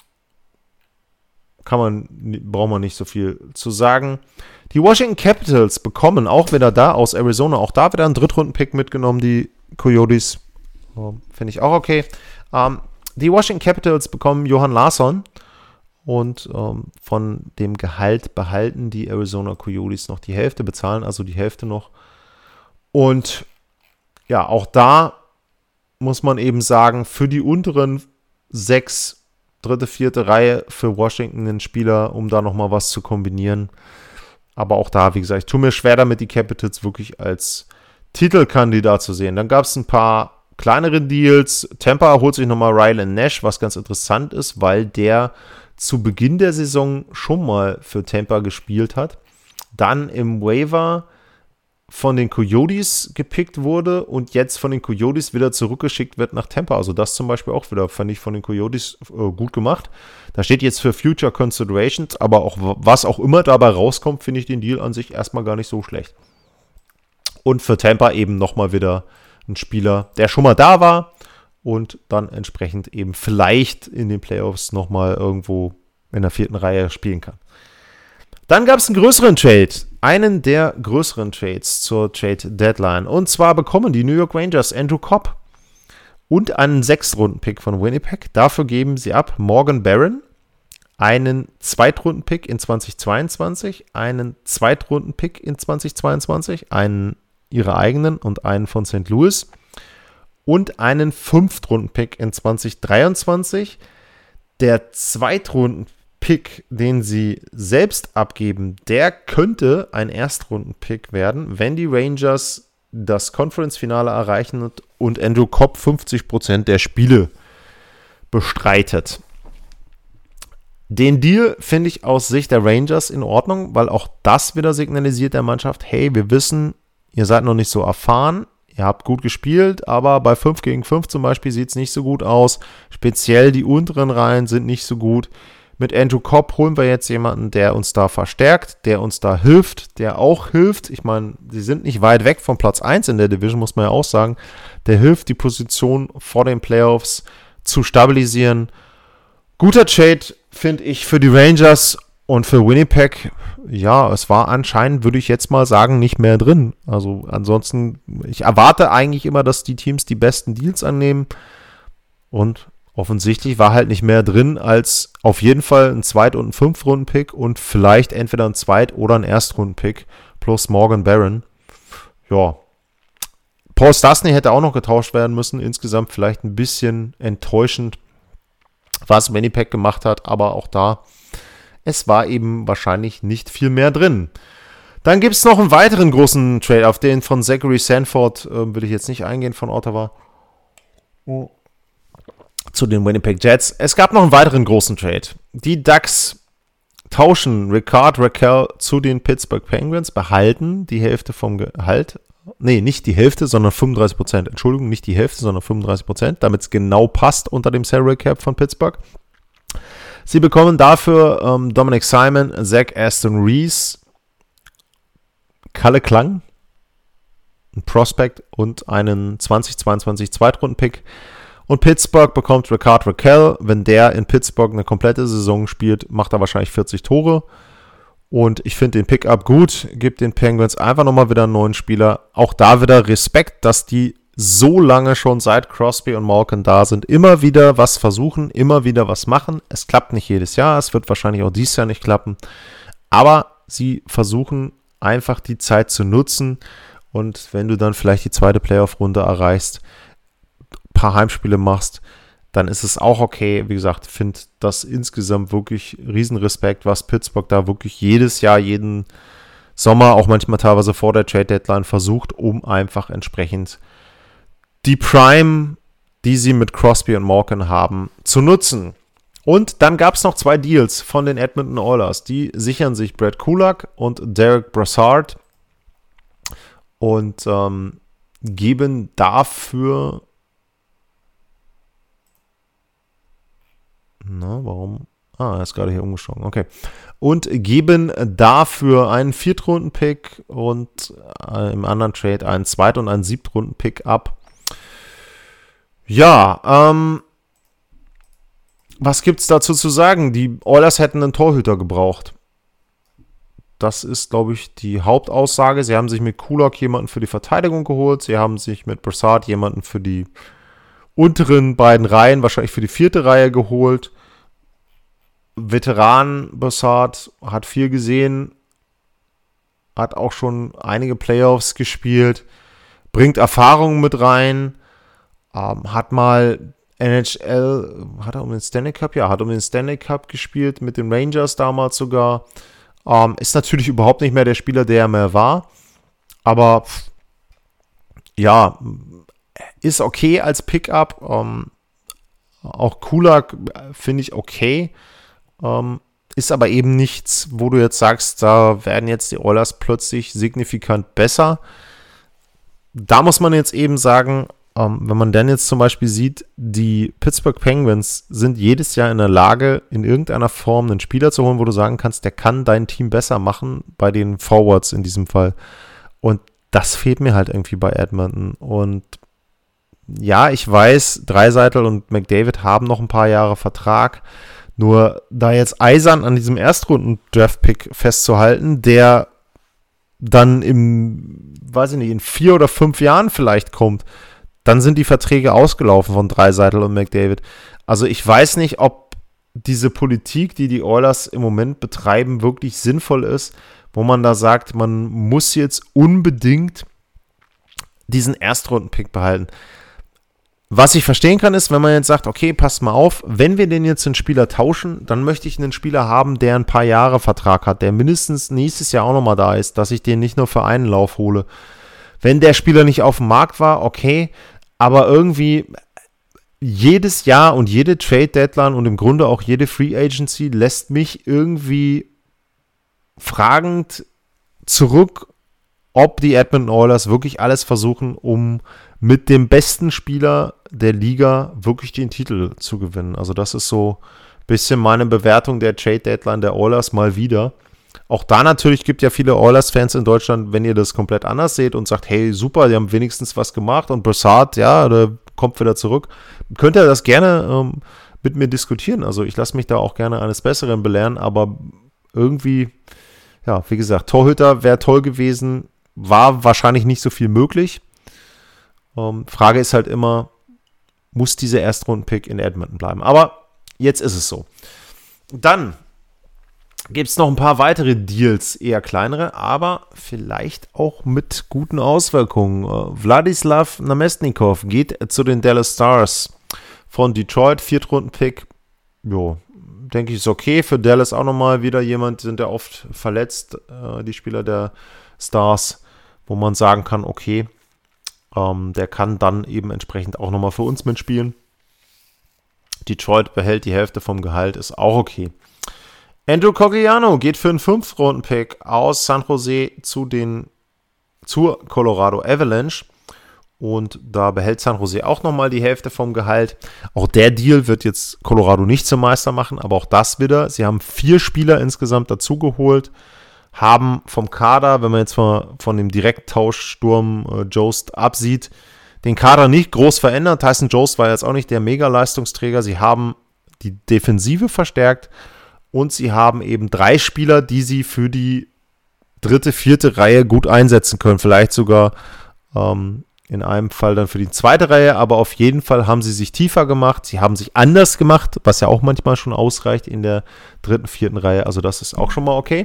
Kann man, braucht man nicht so viel zu sagen. Die Washington Capitals bekommen auch wieder da aus Arizona, auch da wieder einen Drittrunden-Pick mitgenommen, die Coyotes. Finde ich auch okay. Ähm, die Washington Capitals bekommen Johan Larsson und ähm, von dem Gehalt behalten die Arizona Coyotes noch die Hälfte, bezahlen also die Hälfte noch. Und ja, auch da muss man eben sagen, für die unteren sechs dritte, vierte Reihe für Washington einen Spieler, um da nochmal was zu kombinieren. Aber auch da, wie gesagt, ich tue mir schwer damit, die Capitals wirklich als Titelkandidat zu sehen. Dann gab es ein paar kleinere Deals. Tampa holt sich nochmal Ryland Nash, was ganz interessant ist, weil der zu Beginn der Saison schon mal für Tampa gespielt hat. Dann im Waiver von den Coyotes gepickt wurde und jetzt von den Coyotes wieder zurückgeschickt wird nach Tampa. Also das zum Beispiel auch wieder, fand ich von den Coyotes äh, gut gemacht. Da steht jetzt für Future Considerations, aber auch was auch immer dabei rauskommt, finde ich den Deal an sich erstmal gar nicht so schlecht. Und für Tampa eben nochmal wieder ein Spieler, der schon mal da war und dann entsprechend eben vielleicht in den Playoffs nochmal irgendwo in der vierten Reihe spielen kann. Dann gab es einen größeren Trade, einen der größeren Trades zur Trade Deadline. Und zwar bekommen die New York Rangers Andrew Copp und einen Sechstrunden-Pick von Winnipeg. Dafür geben sie ab Morgan Barron, einen Zweitrunden-Pick in zweitausendzweiundzwanzig, einen Zweitrunden-Pick in zweitausendzweiundzwanzig, einen ihrer eigenen und einen von Saint Louis und einen Fünftrunden-Pick in zweitausenddreiundzwanzig. Der Zweitrunden-Pick, Pick, den sie selbst abgeben, der könnte ein Erstrunden-Pick werden, wenn die Rangers das Conference-Finale erreichen und Andrew Copp fünfzig Prozent der Spiele bestreitet. Den Deal finde ich aus Sicht der Rangers in Ordnung, weil auch das wieder signalisiert der Mannschaft, hey, wir wissen, ihr seid noch nicht so erfahren, ihr habt gut gespielt, aber bei fünf gegen fünf zum Beispiel sieht es nicht so gut aus. Speziell die unteren Reihen sind nicht so gut. Mit Andrew Copp holen wir jetzt jemanden, der uns da verstärkt, der uns da hilft, der auch hilft. Ich meine, sie sind nicht weit weg von Platz eins in der Division, muss man ja auch sagen. Der hilft, die Position vor den Playoffs zu stabilisieren. Guter Trade, finde ich, für die Rangers und für Winnipeg. Ja, es war anscheinend, würde ich jetzt mal sagen, nicht mehr drin. Also ansonsten, ich erwarte eigentlich immer, dass die Teams die besten Deals annehmen und offensichtlich war halt nicht mehr drin als auf jeden Fall ein Zweit- und ein Fünftrunden-Pick und vielleicht entweder ein Zweit- oder ein Erstrunden-Pick plus Morgan Barron. Ja. Paul Stastny hätte auch noch getauscht werden müssen. Insgesamt vielleicht ein bisschen enttäuschend, was Winnipeg gemacht hat, aber auch da, es war eben wahrscheinlich nicht viel mehr drin. Dann gibt es noch einen weiteren großen Trade, auf den von Zachary Sanford äh, will ich jetzt nicht eingehen, von Ottawa. Oh. Zu den Winnipeg Jets. Es gab noch einen weiteren großen Trade. Die Ducks tauschen Ricard Raquel zu den Pittsburgh Penguins, behalten die Hälfte vom Gehalt. Nee, nicht die Hälfte, sondern fünfunddreißig Prozent. Entschuldigung, nicht die Hälfte, sondern fünfunddreißig Prozent, damit es genau passt unter dem Salary Cap von Pittsburgh. Sie bekommen dafür ähm, Dominic Simon, Zach Aston Reese, Kalle Klang, ein Prospect und einen zweitausendzweiundzwanzig Zweitrunden-Pick. Und Pittsburgh bekommt Ricard Raquel. Wenn der in Pittsburgh eine komplette Saison spielt, macht er wahrscheinlich vierzig Tore. Und ich finde den Pickup gut, gibt den Penguins einfach nochmal wieder einen neuen Spieler. Auch da wieder Respekt, dass die so lange schon seit Crosby und Malkin da sind, immer wieder was versuchen, immer wieder was machen. Es klappt nicht jedes Jahr, es wird wahrscheinlich auch dieses Jahr nicht klappen. Aber sie versuchen einfach die Zeit zu nutzen. Und wenn du dann vielleicht die zweite Playoff-Runde erreichst, paar Heimspiele machst, dann ist es auch okay. Wie gesagt, finde das insgesamt wirklich Riesenrespekt, was Pittsburgh da wirklich jedes Jahr, jeden Sommer, auch manchmal teilweise vor der Trade-Deadline versucht, um einfach entsprechend die Prime, die sie mit Crosby und Malkin haben, zu nutzen. Und dann gab es noch zwei Deals von den Edmonton Oilers. Die sichern sich Brett Kulak und Derek Brassard und ähm, geben dafür... Na, warum? Ah, er ist gerade hier umgeschlagen. Okay. Und geben dafür einen Viertrunden-Pick und äh, im anderen Trade einen Zweit- und einen Siebtrunden-Pick ab. Ja, ähm... was gibt's dazu zu sagen? Die Oilers hätten einen Torhüter gebraucht. Das ist, glaube ich, die Hauptaussage. Sie haben sich mit Kulak jemanden für die Verteidigung geholt. Sie haben sich mit Brassard jemanden für die unteren beiden Reihen, wahrscheinlich für die vierte Reihe geholt. Veteran Brassard hat viel gesehen, hat auch schon einige Playoffs gespielt, bringt Erfahrung mit rein, ähm, hat mal N H L, hat er um den Stanley Cup? Ja, hat um den Stanley Cup gespielt, mit den Rangers damals sogar. Ähm, ist natürlich überhaupt nicht mehr der Spieler, der er mehr war. Aber ja, ist okay als Pickup. Ähm, auch Kulak finde ich okay. Ähm, ist aber eben nichts, wo du jetzt sagst, da werden jetzt die Oilers plötzlich signifikant besser. Da muss man jetzt eben sagen, Um, wenn man dann jetzt zum Beispiel sieht, die Pittsburgh Penguins sind jedes Jahr in der Lage, in irgendeiner Form einen Spieler zu holen, wo du sagen kannst, der kann dein Team besser machen, bei den Forwards in diesem Fall. Und das fehlt mir halt irgendwie bei Edmonton. Und ja, ich weiß, Draisaitl und McDavid haben noch ein paar Jahre Vertrag. Nur da jetzt eisern an diesem Erstrunden-Draft-Pick festzuhalten, der dann im, weiß ich nicht, in vier oder fünf Jahren vielleicht kommt, dann sind die Verträge ausgelaufen von Draisaitl und McDavid. Also ich weiß nicht, ob diese Politik, die die Oilers im Moment betreiben, wirklich sinnvoll ist, wo man da sagt, man muss jetzt unbedingt diesen Erstrunden-Pick behalten. Was ich verstehen kann, ist, wenn man jetzt sagt, okay, passt mal auf, wenn wir den jetzt einen Spieler tauschen, dann möchte ich einen Spieler haben, der ein paar Jahre Vertrag hat, der mindestens nächstes Jahr auch nochmal da ist, dass ich den nicht nur für einen Lauf hole. Wenn der Spieler nicht auf dem Markt war, okay, aber irgendwie jedes Jahr und jede Trade-Deadline und im Grunde auch jede Free Agency lässt mich irgendwie fragend zurück, ob die Edmonton Oilers wirklich alles versuchen, um mit dem besten Spieler der Liga wirklich den Titel zu gewinnen. Also das ist so ein bisschen meine Bewertung der Trade-Deadline der Oilers mal wieder. Auch da natürlich gibt ja viele Oilers-Fans in Deutschland, wenn ihr das komplett anders seht und sagt, hey, super, die haben wenigstens was gemacht und Brassard, ja, der kommt wieder zurück. Könnt ihr das gerne ähm, mit mir diskutieren. Also ich lasse mich da auch gerne eines Besseren belehren, aber irgendwie, ja, wie gesagt, Torhüter wäre toll gewesen, war wahrscheinlich nicht so viel möglich. Ähm, Frage ist halt immer, muss dieser Erstrunden-Pick in Edmonton bleiben? Aber jetzt ist es so. Dann gibt es noch ein paar weitere Deals, eher kleinere, aber vielleicht auch mit guten Auswirkungen. Vladislav Namestnikov geht zu den Dallas Stars von Detroit, Viertrunden-Pick. Jo, denke ich, ist okay. Für Dallas auch nochmal wieder jemand, sind ja oft verletzt, äh, die Spieler der Stars, wo man sagen kann, okay, ähm, der kann dann eben entsprechend auch nochmal für uns mitspielen. Detroit behält die Hälfte vom Gehalt, ist auch okay. Andrew Cogliano geht für einen Fünftrunden-Pick aus San Jose zu den, zur Colorado Avalanche. Und da behält San Jose auch nochmal die Hälfte vom Gehalt. Auch der Deal wird jetzt Colorado nicht zum Meister machen, aber auch das wieder. Sie haben vier Spieler insgesamt dazugeholt, haben vom Kader, wenn man jetzt von, von dem Direkttauschsturm äh, Jost absieht, den Kader nicht groß verändert. Tyson Jost war jetzt auch nicht der Mega-Leistungsträger. Sie haben die Defensive verstärkt. Und sie haben eben drei Spieler, die sie für die dritte, vierte Reihe gut einsetzen können. Vielleicht sogar ähm, in einem Fall dann für die zweite Reihe. Aber auf jeden Fall haben sie sich tiefer gemacht. Sie haben sich anders gemacht, was ja auch manchmal schon ausreicht in der dritten, vierten Reihe. Also das ist auch schon mal okay.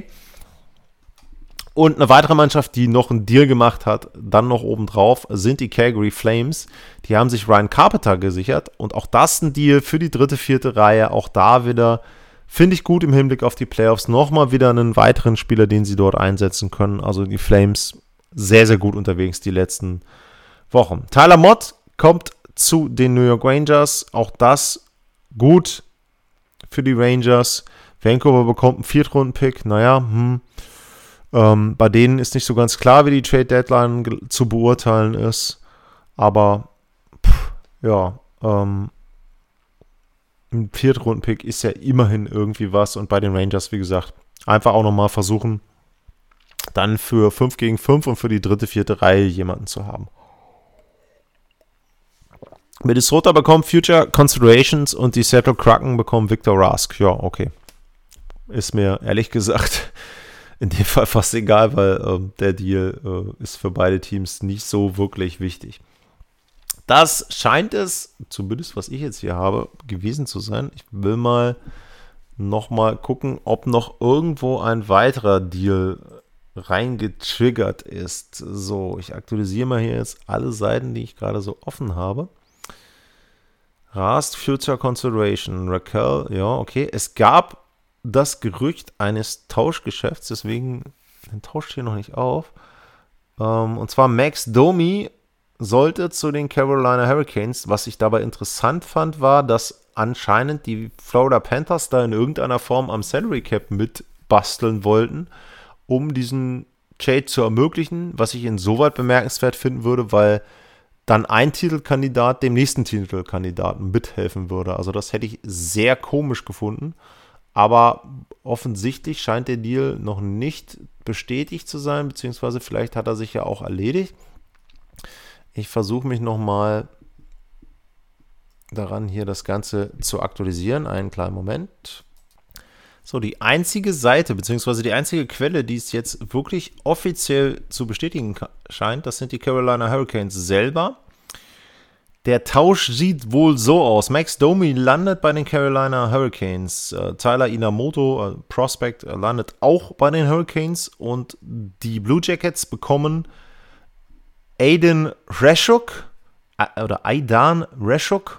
Und eine weitere Mannschaft, die noch einen Deal gemacht hat, dann noch obendrauf, sind die Calgary Flames. Die haben sich Ryan Carpenter gesichert. Und auch das ein Deal für die dritte, vierte Reihe. Auch da wieder Finde ich gut im Hinblick auf die Playoffs. Nochmal wieder einen weiteren Spieler, den sie dort einsetzen können. Also die Flames sehr, sehr gut unterwegs die letzten Wochen. Tyler Mott kommt zu den New York Rangers. Auch das gut für die Rangers. Vancouver bekommt einen Viertrunden-Pick. Naja, hm. ähm, bei denen ist nicht so ganz klar, wie die Trade-Deadline ge- zu beurteilen ist. Aber, pff, ja, ähm, ein Viertrunden-Pick ist ja immerhin irgendwie was. Und bei den Rangers, wie gesagt, einfach auch nochmal versuchen, dann für fünf gegen fünf und für die dritte, vierte Reihe jemanden zu haben. Minnesota bekommt Future Considerations und die Seattle Kraken bekommen Victor Rask. Ja, okay. Ist mir ehrlich gesagt in dem Fall fast egal, weil ähm, der Deal äh, ist für beide Teams nicht so wirklich wichtig. Das scheint es, zumindest was ich jetzt hier habe, gewesen zu sein. Ich will mal nochmal gucken, ob noch irgendwo ein weiterer Deal reingetriggert ist. So, ich aktualisiere mal hier jetzt alle Seiten, die ich gerade so offen habe. Rask, Future Consideration, Raquel, ja, okay. Es gab das Gerücht eines Tauschgeschäfts, deswegen den tauscht hier noch nicht auf. Ähm, und zwar Max Domi sollte zu den Carolina Hurricanes. Was ich dabei interessant fand, war, dass anscheinend die Florida Panthers da in irgendeiner Form am Salary Cap mitbasteln wollten, um diesen Trade zu ermöglichen, was ich insoweit bemerkenswert finden würde, weil dann ein Titelkandidat dem nächsten Titelkandidaten mithelfen würde. Also das hätte ich sehr komisch gefunden. Aber offensichtlich scheint der Deal noch nicht bestätigt zu sein, beziehungsweise vielleicht hat er sich ja auch erledigt. Ich versuche mich nochmal daran, hier das Ganze zu aktualisieren. Einen kleinen Moment. So, die einzige Seite, beziehungsweise die einzige Quelle, die es jetzt wirklich offiziell zu bestätigen scheint, das sind die Carolina Hurricanes selber. Der Tausch sieht wohl so aus. Max Domi landet bei den Carolina Hurricanes. Äh, Tyler Inamoto, äh, Prospect, äh, landet auch bei den Hurricanes. Und die Blue Jackets bekommen Aidan Reshuk, äh, oder Aidan Reshuk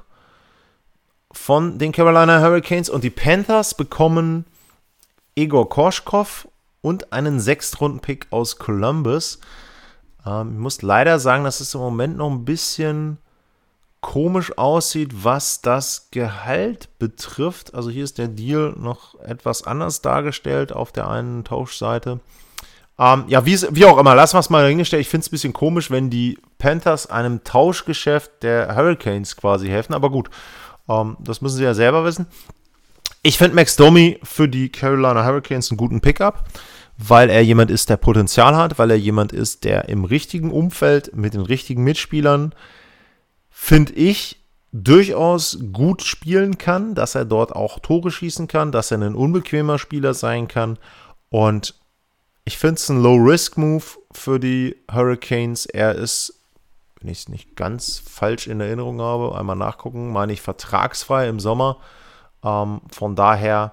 von den Carolina Hurricanes. Und die Panthers bekommen Egor Korshkov und einen Sechstrunden-Pick aus Columbus. Ähm, ich muss leider sagen, dass es im Moment noch ein bisschen komisch aussieht, was das Gehalt betrifft. Also hier ist der Deal noch etwas anders dargestellt auf der einen Tauschseite. Ähm, ja, wie, wie auch immer, lassen wir es mal dahingestellt. Ich finde es ein bisschen komisch, wenn die Panthers einem Tauschgeschäft der Hurricanes quasi helfen. Aber gut, ähm, das müssen sie ja selber wissen. Ich finde Max Domi für die Carolina Hurricanes einen guten Pickup, weil er jemand ist, der Potenzial hat, weil er jemand ist, der im richtigen Umfeld mit den richtigen Mitspielern, finde ich, durchaus gut spielen kann, dass er dort auch Tore schießen kann, dass er ein unbequemer Spieler sein kann. Und ich finde es ein Low-Risk-Move für die Hurricanes. Er ist, wenn ich es nicht ganz falsch in Erinnerung habe, einmal nachgucken, meine ich vertragsfrei im Sommer. Ähm, von daher,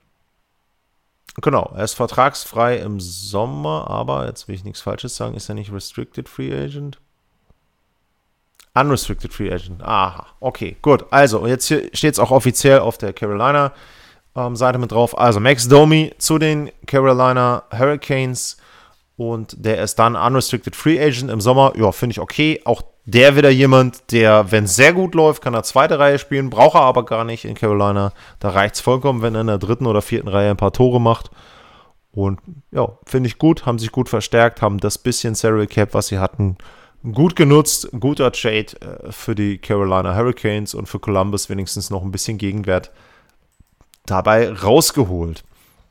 genau, er ist vertragsfrei im Sommer, aber, jetzt will ich nichts Falsches sagen, ist er nicht Restricted Free Agent? Unrestricted Free Agent. Aha, okay, gut. Also, jetzt hier steht es auch offiziell auf der Carolina-Seite ähm, mit drauf. Also, Max Domi zu den Carolina Hurricanes und der ist dann Unrestricted Free Agent im Sommer. Ja, finde ich okay. Auch der wieder jemand, der, wenn es sehr gut läuft, kann er zweite Reihe spielen, braucht er aber gar nicht in Carolina. Da reicht es vollkommen, wenn er in der dritten oder vierten Reihe ein paar Tore macht. Und ja, finde ich gut, haben sich gut verstärkt, haben das bisschen Salary Cap, was sie hatten, gut genutzt, guter Trade äh, für die Carolina Hurricanes und für Columbus wenigstens noch ein bisschen Gegenwert dabei rausgeholt.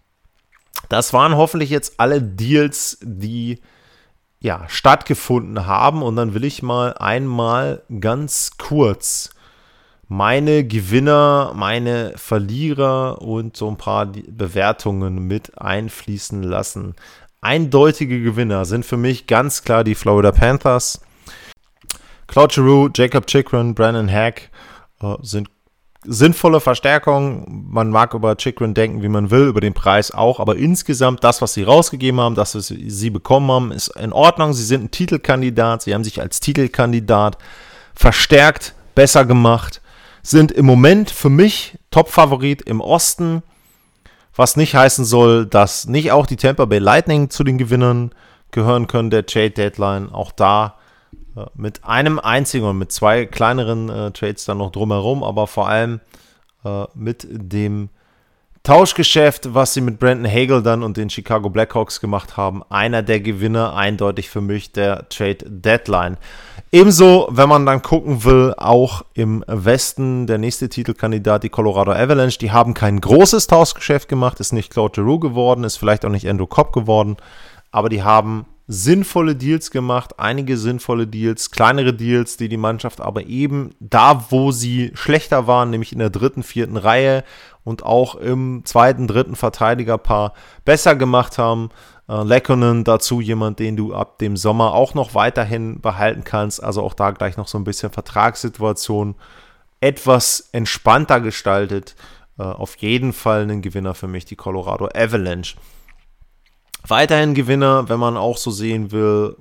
Das waren hoffentlich jetzt alle Deals, die ja stattgefunden haben. Und dann will ich mal einmal ganz kurz meine Gewinner, meine Verlierer und so ein paar Bewertungen mit einfließen lassen. Eindeutige Gewinner sind für mich ganz klar die Florida Panthers. Claude Giroux, Jacob Chychrun, Brandon Hack äh, sind sinnvolle Verstärkungen. Man mag über Chychrun denken, wie man will, über den Preis auch, aber insgesamt das, was sie rausgegeben haben, das, was sie bekommen haben, ist in Ordnung. Sie sind ein Titelkandidat, sie haben sich als Titelkandidat verstärkt, besser gemacht, sind im Moment für mich Top-Favorit im Osten. Was nicht heißen soll, dass nicht auch die Tampa Bay Lightning zu den Gewinnern gehören können, der Trade Deadline. Auch da äh, mit einem einzigen und mit zwei kleineren äh, Trades dann noch drumherum, aber vor allem äh, mit dem Tauschgeschäft, was sie mit Brandon Hagel dann und den Chicago Blackhawks gemacht haben. Einer der Gewinner, eindeutig für mich, der Trade Deadline. Ebenso, wenn man dann gucken will, auch im Westen, der nächste Titelkandidat, die Colorado Avalanche, die haben kein großes Tauschgeschäft gemacht, ist nicht Claude Giroux geworden, ist vielleicht auch nicht Andrew Copp geworden, aber die haben sinnvolle Deals gemacht, einige sinnvolle Deals, kleinere Deals, die die Mannschaft aber eben da, wo sie schlechter waren, nämlich in der dritten, vierten Reihe und auch im zweiten, dritten Verteidigerpaar besser gemacht haben. Äh, Lekkonen dazu jemand, den du ab dem Sommer auch noch weiterhin behalten kannst, also auch da gleich noch so ein bisschen Vertragssituation etwas entspannter gestaltet. Äh, auf jeden Fall ein Gewinner für mich, die Colorado Avalanche. Weiterhin Gewinner, wenn man auch so sehen will,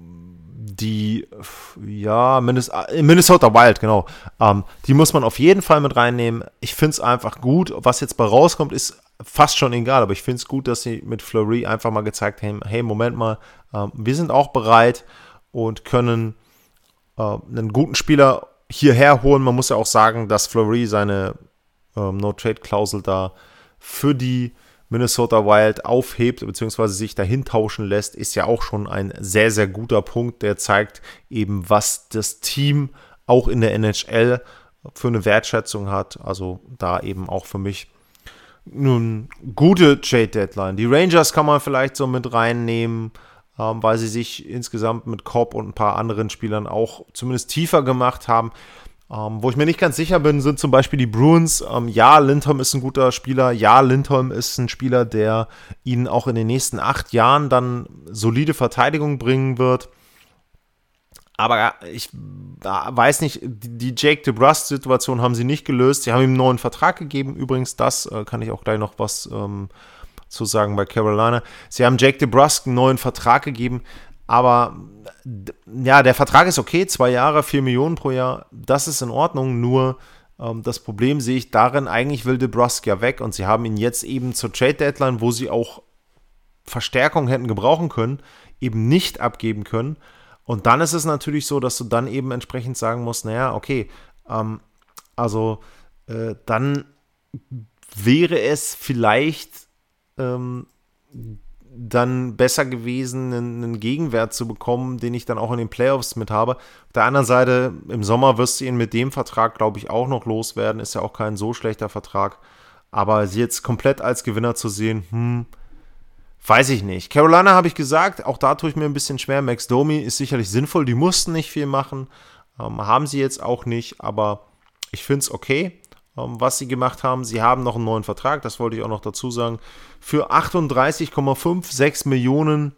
die, ja, Minnesota Wild, genau, ähm, die muss man auf jeden Fall mit reinnehmen. Ich finde es einfach gut, was jetzt bei rauskommt, ist fast schon egal, aber ich finde es gut, dass sie mit Fleury einfach mal gezeigt haben, hey, Moment mal, ähm, wir sind auch bereit und können äh, einen guten Spieler hierher holen. Man muss ja auch sagen, dass Fleury seine ähm, No-Trade-Klausel da für die Minnesota Wild aufhebt bzw. sich dahin tauschen lässt, ist ja auch schon ein sehr, sehr guter Punkt, der zeigt eben, was das Team auch in der N H L für eine Wertschätzung hat. Also da eben auch für mich nun gute Trade-Deadline. Die Rangers kann man vielleicht so mit reinnehmen, ähm, weil sie sich insgesamt mit Copp und ein paar anderen Spielern auch zumindest tiefer gemacht haben. Um, wo ich mir nicht ganz sicher bin, sind zum Beispiel die Bruins. Um, ja, Lindholm ist ein guter Spieler. Ja, Lindholm ist ein Spieler, der ihnen auch in den nächsten acht Jahren dann solide Verteidigung bringen wird. Aber ich weiß nicht, die Jake DeBrusk-Situation haben sie nicht gelöst. Sie haben ihm einen neuen Vertrag gegeben. Übrigens, das äh, kann ich auch gleich noch was ähm, zu sagen bei Carolina. Sie haben Jake DeBrusk einen neuen Vertrag gegeben. Aber ja, der Vertrag ist okay, zwei Jahre, vier Millionen pro Jahr, das ist in Ordnung, nur ähm, das Problem sehe ich darin, eigentlich will DeBrusk ja weg und sie haben ihn jetzt eben zur Trade-Deadline, wo sie auch Verstärkung hätten gebrauchen können, eben nicht abgeben können. Und dann ist es natürlich so, dass du dann eben entsprechend sagen musst, naja, okay, ähm, also äh, dann wäre es vielleicht ähm, dann besser gewesen, einen, einen Gegenwert zu bekommen, den ich dann auch in den Playoffs mit habe. Auf der anderen Seite, im Sommer wirst du ihn mit dem Vertrag, glaube ich, auch noch loswerden. Ist ja auch kein so schlechter Vertrag. Aber sie jetzt komplett als Gewinner zu sehen, hm, weiß ich nicht. Carolina habe ich gesagt, auch da tue ich mir ein bisschen schwer. Max Domi ist sicherlich sinnvoll, die mussten nicht viel machen. Ähm, haben sie jetzt auch nicht, aber ich finde es okay, was sie gemacht haben. Sie haben noch einen neuen Vertrag, das wollte ich auch noch dazu sagen. Für achtunddreißig Komma sechs Millionen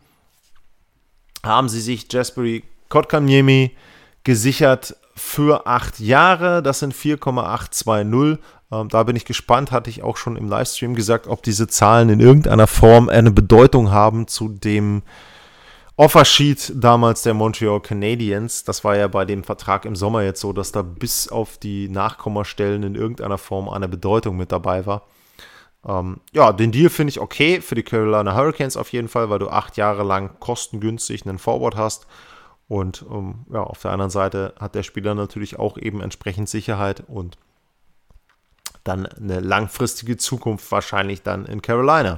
haben sie sich Jesperi Kotkaniemi gesichert für acht Jahre. Das sind vier Komma achthundertzweißig. Ähm, da bin ich gespannt, hatte ich auch schon im Livestream gesagt, ob diese Zahlen in irgendeiner Form eine Bedeutung haben zu dem Offersheet damals der Montreal Canadiens. Das war ja bei dem Vertrag im Sommer jetzt so, dass da bis auf die Nachkommastellen in irgendeiner Form eine Bedeutung mit dabei war. Ähm, ja, den Deal finde ich okay für die Carolina Hurricanes auf jeden Fall, weil du acht Jahre lang kostengünstig einen Forward hast. Und ähm, ja, auf der anderen Seite hat der Spieler natürlich auch eben entsprechend Sicherheit und dann eine langfristige Zukunft wahrscheinlich dann in Carolina.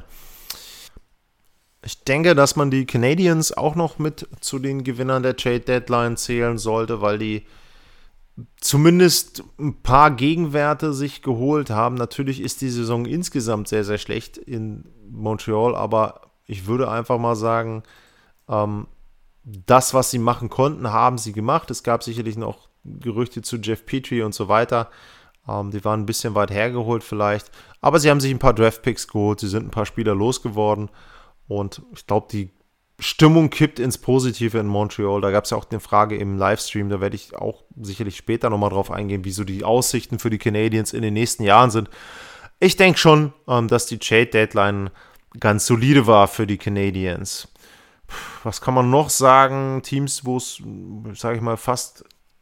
Ich denke, dass man die Canadiens auch noch mit zu den Gewinnern der Trade Deadline zählen sollte, weil die zumindest ein paar Gegenwerte sich geholt haben. Natürlich ist die Saison insgesamt sehr, sehr schlecht in Montreal, aber ich würde einfach mal sagen, ähm, das, was sie machen konnten, haben sie gemacht. Es gab sicherlich noch Gerüchte zu Jeff Petrie und so weiter. Ähm, die waren ein bisschen weit hergeholt vielleicht, aber sie haben sich ein paar Draftpicks geholt, sie sind ein paar Spieler losgeworden. Und ich glaube, die Stimmung kippt ins Positive in Montreal. Da gab es ja auch eine Frage im Livestream, da werde ich auch sicherlich später nochmal drauf eingehen, wie so die Aussichten für die Canadiens in den nächsten Jahren sind. Ich denke schon, ähm, dass die Trade-Deadline ganz solide war für die Canadiens. Was kann man noch sagen? Teams, wo es, sage ich mal, fast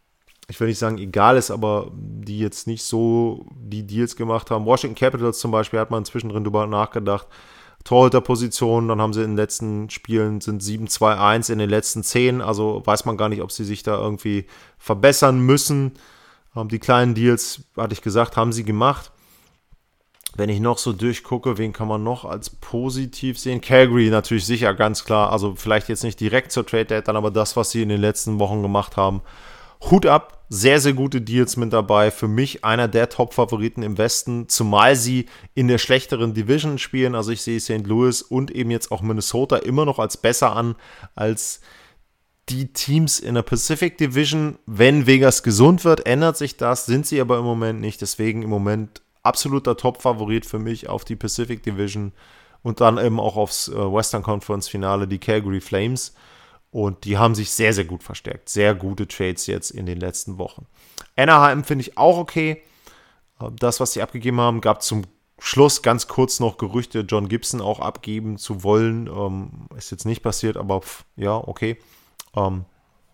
ich will nicht sagen egal ist, aber die jetzt nicht so die Deals gemacht haben. Washington Capitals zum Beispiel hat man zwischendrin drüber nachgedacht. Torhüterposition, dann haben sie in den letzten Spielen sind sieben zwei eins in den letzten zehn, also weiß man gar nicht, ob sie sich da irgendwie verbessern müssen. Die kleinen Deals, hatte ich gesagt, haben sie gemacht. Wenn ich noch so durchgucke, wen kann man noch als positiv sehen? Calgary natürlich sicher, ganz klar. Also vielleicht jetzt nicht direkt zur Trade Deadline, aber das, was sie in den letzten Wochen gemacht haben. Hut ab, sehr, sehr gute Deals mit dabei. Für mich einer der Top-Favoriten im Westen, zumal sie in der schlechteren Division spielen. Also ich sehe Saint Louis und eben jetzt auch Minnesota immer noch als besser an als die Teams in der Pacific Division. Wenn Vegas gesund wird, ändert sich das, sind sie aber im Moment nicht. Deswegen im Moment absoluter Top-Favorit für mich auf die Pacific Division und dann eben auch aufs Western Conference Finale, die Calgary Flames. Und die haben sich sehr, sehr gut verstärkt. Sehr gute Trades jetzt in den letzten Wochen. Anaheim finde ich auch okay. Das, was sie abgegeben haben, gab zum Schluss ganz kurz noch Gerüchte, John Gibson auch abgeben zu wollen. Ähm, ist jetzt nicht passiert, aber pff, ja, okay. Ähm,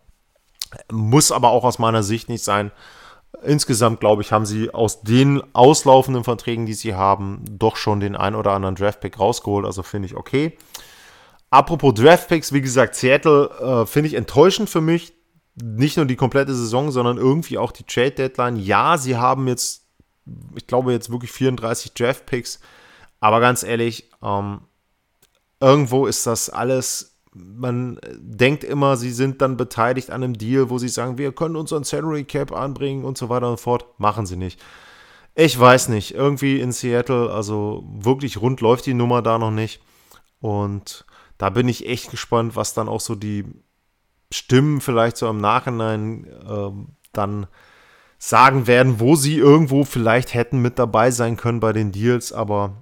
muss aber auch aus meiner Sicht nicht sein. Insgesamt, glaube ich, haben sie aus den auslaufenden Verträgen, die sie haben, doch schon den ein oder anderen Draftpick rausgeholt. Also finde ich okay. Apropos Draftpicks, wie gesagt, Seattle äh, finde ich enttäuschend für mich. Nicht nur die komplette Saison, sondern irgendwie auch die Trade-Deadline. Ja, sie haben jetzt, ich glaube jetzt wirklich vierunddreißig Draftpicks. Aber ganz ehrlich, ähm, irgendwo ist das alles... Man denkt immer, sie sind dann beteiligt an einem Deal, wo sie sagen, wir können unseren Salary Cap anbringen und so weiter und so fort. Machen sie nicht. Ich weiß nicht. Irgendwie in Seattle, also wirklich rund läuft die Nummer da noch nicht. Und da bin ich echt gespannt, was dann auch so die Stimmen vielleicht so im Nachhinein äh, dann sagen werden, wo sie irgendwo vielleicht hätten mit dabei sein können bei den Deals, aber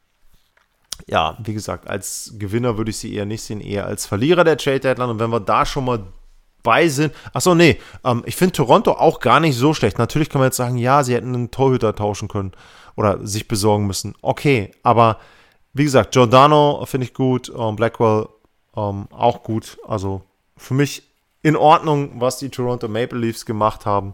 ja, wie gesagt, als Gewinner würde ich sie eher nicht sehen, eher als Verlierer der Trade Deadline. Und wenn wir da schon mal bei sind, achso, nee, ähm, ich finde Toronto auch gar nicht so schlecht. Natürlich kann man jetzt sagen, ja, sie hätten einen Torhüter tauschen können oder sich besorgen müssen. Okay, aber wie gesagt, Giordano finde ich gut, ähm, Blackwell ähm, auch gut. Also für mich in Ordnung, was die Toronto Maple Leafs gemacht haben.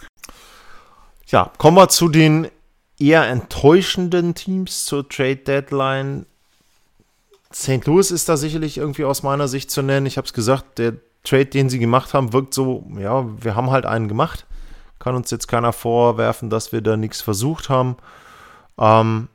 Ja, kommen wir zu den eher enttäuschenden Teams zur Trade Deadline. Saint Louis ist da sicherlich irgendwie aus meiner Sicht zu nennen. Ich habe es gesagt, der Trade, den sie gemacht haben, wirkt so, ja, wir haben halt einen gemacht. Kann uns jetzt keiner vorwerfen, dass wir da nichts versucht haben. Ähm,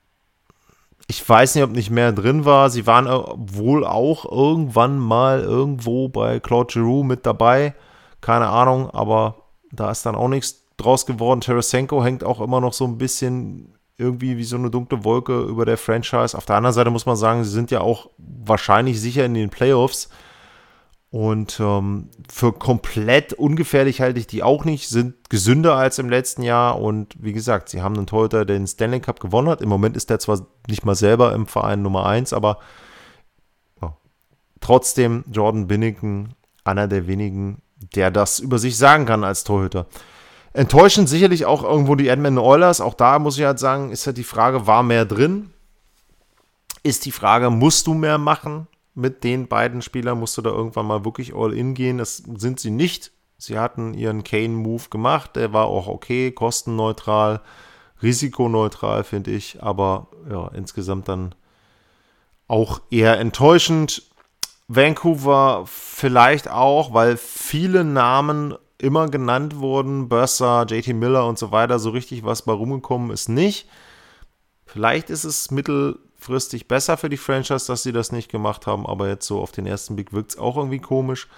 ich weiß nicht, ob nicht mehr drin war. Sie waren wohl auch irgendwann mal irgendwo bei Claude Giroux mit dabei. Keine Ahnung, aber da ist dann auch nichts draus geworden. Tarasenko hängt auch immer noch so ein bisschen irgendwie wie so eine dunkle Wolke über der Franchise. Auf der anderen Seite muss man sagen, sie sind ja auch wahrscheinlich sicher in den Playoffs. Und ähm, für komplett ungefährlich halte ich die auch nicht. Sind gesünder als im letzten Jahr. Und wie gesagt, sie haben einen Torhüter, der den Stanley Cup gewonnen hat. Im Moment ist der zwar nicht mal selber im Verein Nummer eins, aber ja, trotzdem Jordan Binnington, einer der wenigen, der das über sich sagen kann als Torhüter. Enttäuschend sicherlich auch irgendwo die Edmonton Oilers. Auch da muss ich halt sagen, ist halt die Frage, war mehr drin? Ist die Frage, musst du mehr machen mit den beiden Spielern? Musst du da irgendwann mal wirklich all in gehen? Das sind sie nicht. Sie hatten ihren Kane-Move gemacht. Der war auch okay, kostenneutral, risikoneutral, finde ich. Aber ja, insgesamt dann auch eher enttäuschend. Vancouver vielleicht auch, weil viele Namen immer genannt wurden, Bursa, J T Miller und so weiter, so richtig was bei rumgekommen ist nicht. Vielleicht ist es mittelfristig besser für die Franchise, dass sie das nicht gemacht haben, aber jetzt so auf den ersten Blick wirkt es auch irgendwie komisch.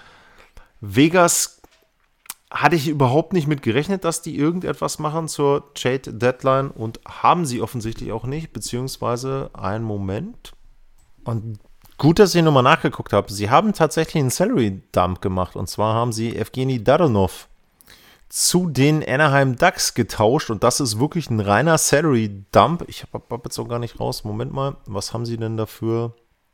Vegas hatte ich überhaupt nicht mit gerechnet, dass die irgendetwas machen zur Trade Deadline und haben sie offensichtlich auch nicht, beziehungsweise einen Moment. Und gut, dass ich nochmal nachgeguckt habe. Sie haben tatsächlich einen Salary-Dump gemacht. Und zwar haben sie Evgeny Dadonov zu den Anaheim Ducks getauscht. Und das ist wirklich ein reiner Salary-Dump. Ich habe hab jetzt auch gar nicht raus. Moment mal. Was haben sie denn dafür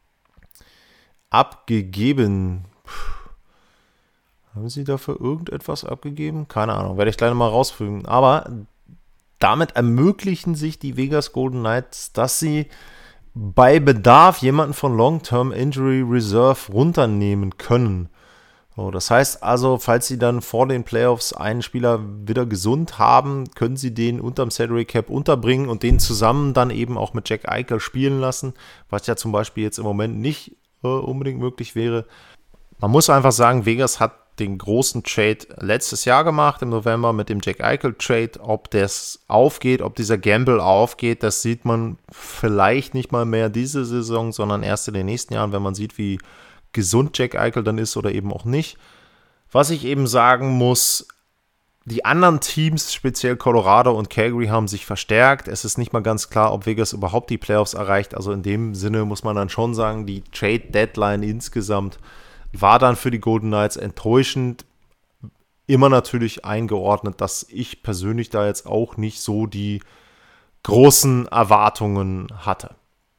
abgegeben? Puh. Haben sie dafür irgendetwas abgegeben? Keine Ahnung. Werde ich gleich mal rausfügen. Aber damit ermöglichen sich die Vegas Golden Knights, dass sie bei Bedarf jemanden von Long-Term Injury Reserve runternehmen können. So, das heißt also, falls sie dann vor den Playoffs einen Spieler wieder gesund haben, können sie den unterm Salary Cap unterbringen und den zusammen dann eben auch mit Jack Eichel spielen lassen, was ja zum Beispiel jetzt im Moment nicht äh, unbedingt möglich wäre. Man muss einfach sagen, Vegas hat den großen Trade letztes Jahr gemacht, im November mit dem Jack Eichel-Trade. Ob das aufgeht, ob dieser Gamble aufgeht, das sieht man vielleicht nicht mal mehr diese Saison, sondern erst in den nächsten Jahren, wenn man sieht, wie gesund Jack Eichel dann ist oder eben auch nicht. Was ich eben sagen muss, die anderen Teams, speziell Colorado und Calgary, haben sich verstärkt. Es ist nicht mal ganz klar, ob Vegas überhaupt die Playoffs erreicht. Also in dem Sinne muss man dann schon sagen, die Trade-Deadline insgesamt war dann für die Golden Knights enttäuschend. Immer natürlich eingeordnet, dass ich persönlich da jetzt auch nicht so die großen Erwartungen hatte.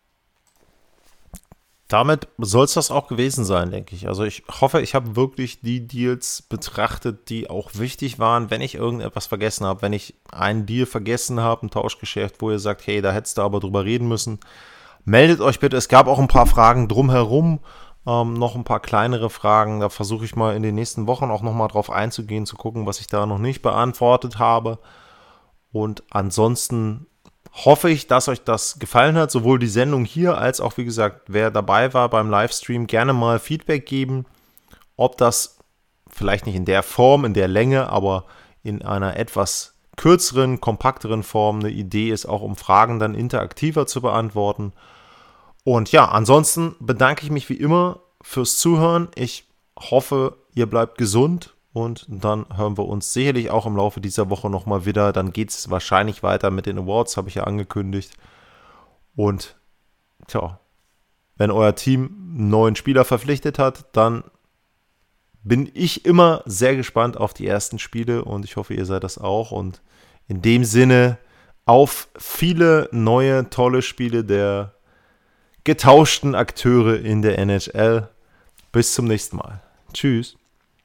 Damit soll es das auch gewesen sein, denke ich. Also ich hoffe, ich habe wirklich die Deals betrachtet, die auch wichtig waren. Wenn ich irgendetwas vergessen habe, wenn ich einen Deal vergessen habe, ein Tauschgeschäft, wo ihr sagt, hey, da hättest du aber drüber reden müssen, meldet euch bitte. Es gab auch ein paar Fragen drumherum, ähm, noch ein paar kleinere Fragen. Da versuche ich mal in den nächsten Wochen auch nochmal drauf einzugehen, zu gucken, was ich da noch nicht beantwortet habe. Und ansonsten hoffe ich, dass euch das gefallen hat, sowohl die Sendung hier als auch, wie gesagt, wer dabei war beim Livestream, gerne mal Feedback geben, ob das vielleicht nicht in der Form, in der Länge, aber in einer etwas kürzeren, kompakteren Form eine Idee ist, auch um Fragen dann interaktiver zu beantworten. Und ja, ansonsten bedanke ich mich wie immer fürs Zuhören. Ich hoffe, ihr bleibt gesund. Und dann hören wir uns sicherlich auch im Laufe dieser Woche nochmal wieder. Dann geht es wahrscheinlich weiter mit den Awards, habe ich ja angekündigt. Und tja, wenn euer Team einen neuen Spieler verpflichtet hat, dann bin ich immer sehr gespannt auf die ersten Spiele. Und ich hoffe, ihr seid das auch. Und in dem Sinne auf viele neue, tolle Spiele der getauschten Akteure in der N H L. Bis zum nächsten Mal. Tschüss.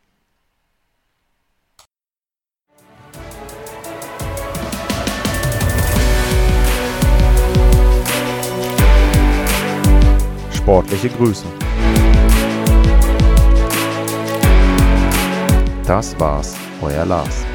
Sportliche Grüße. Das war's, euer Lars.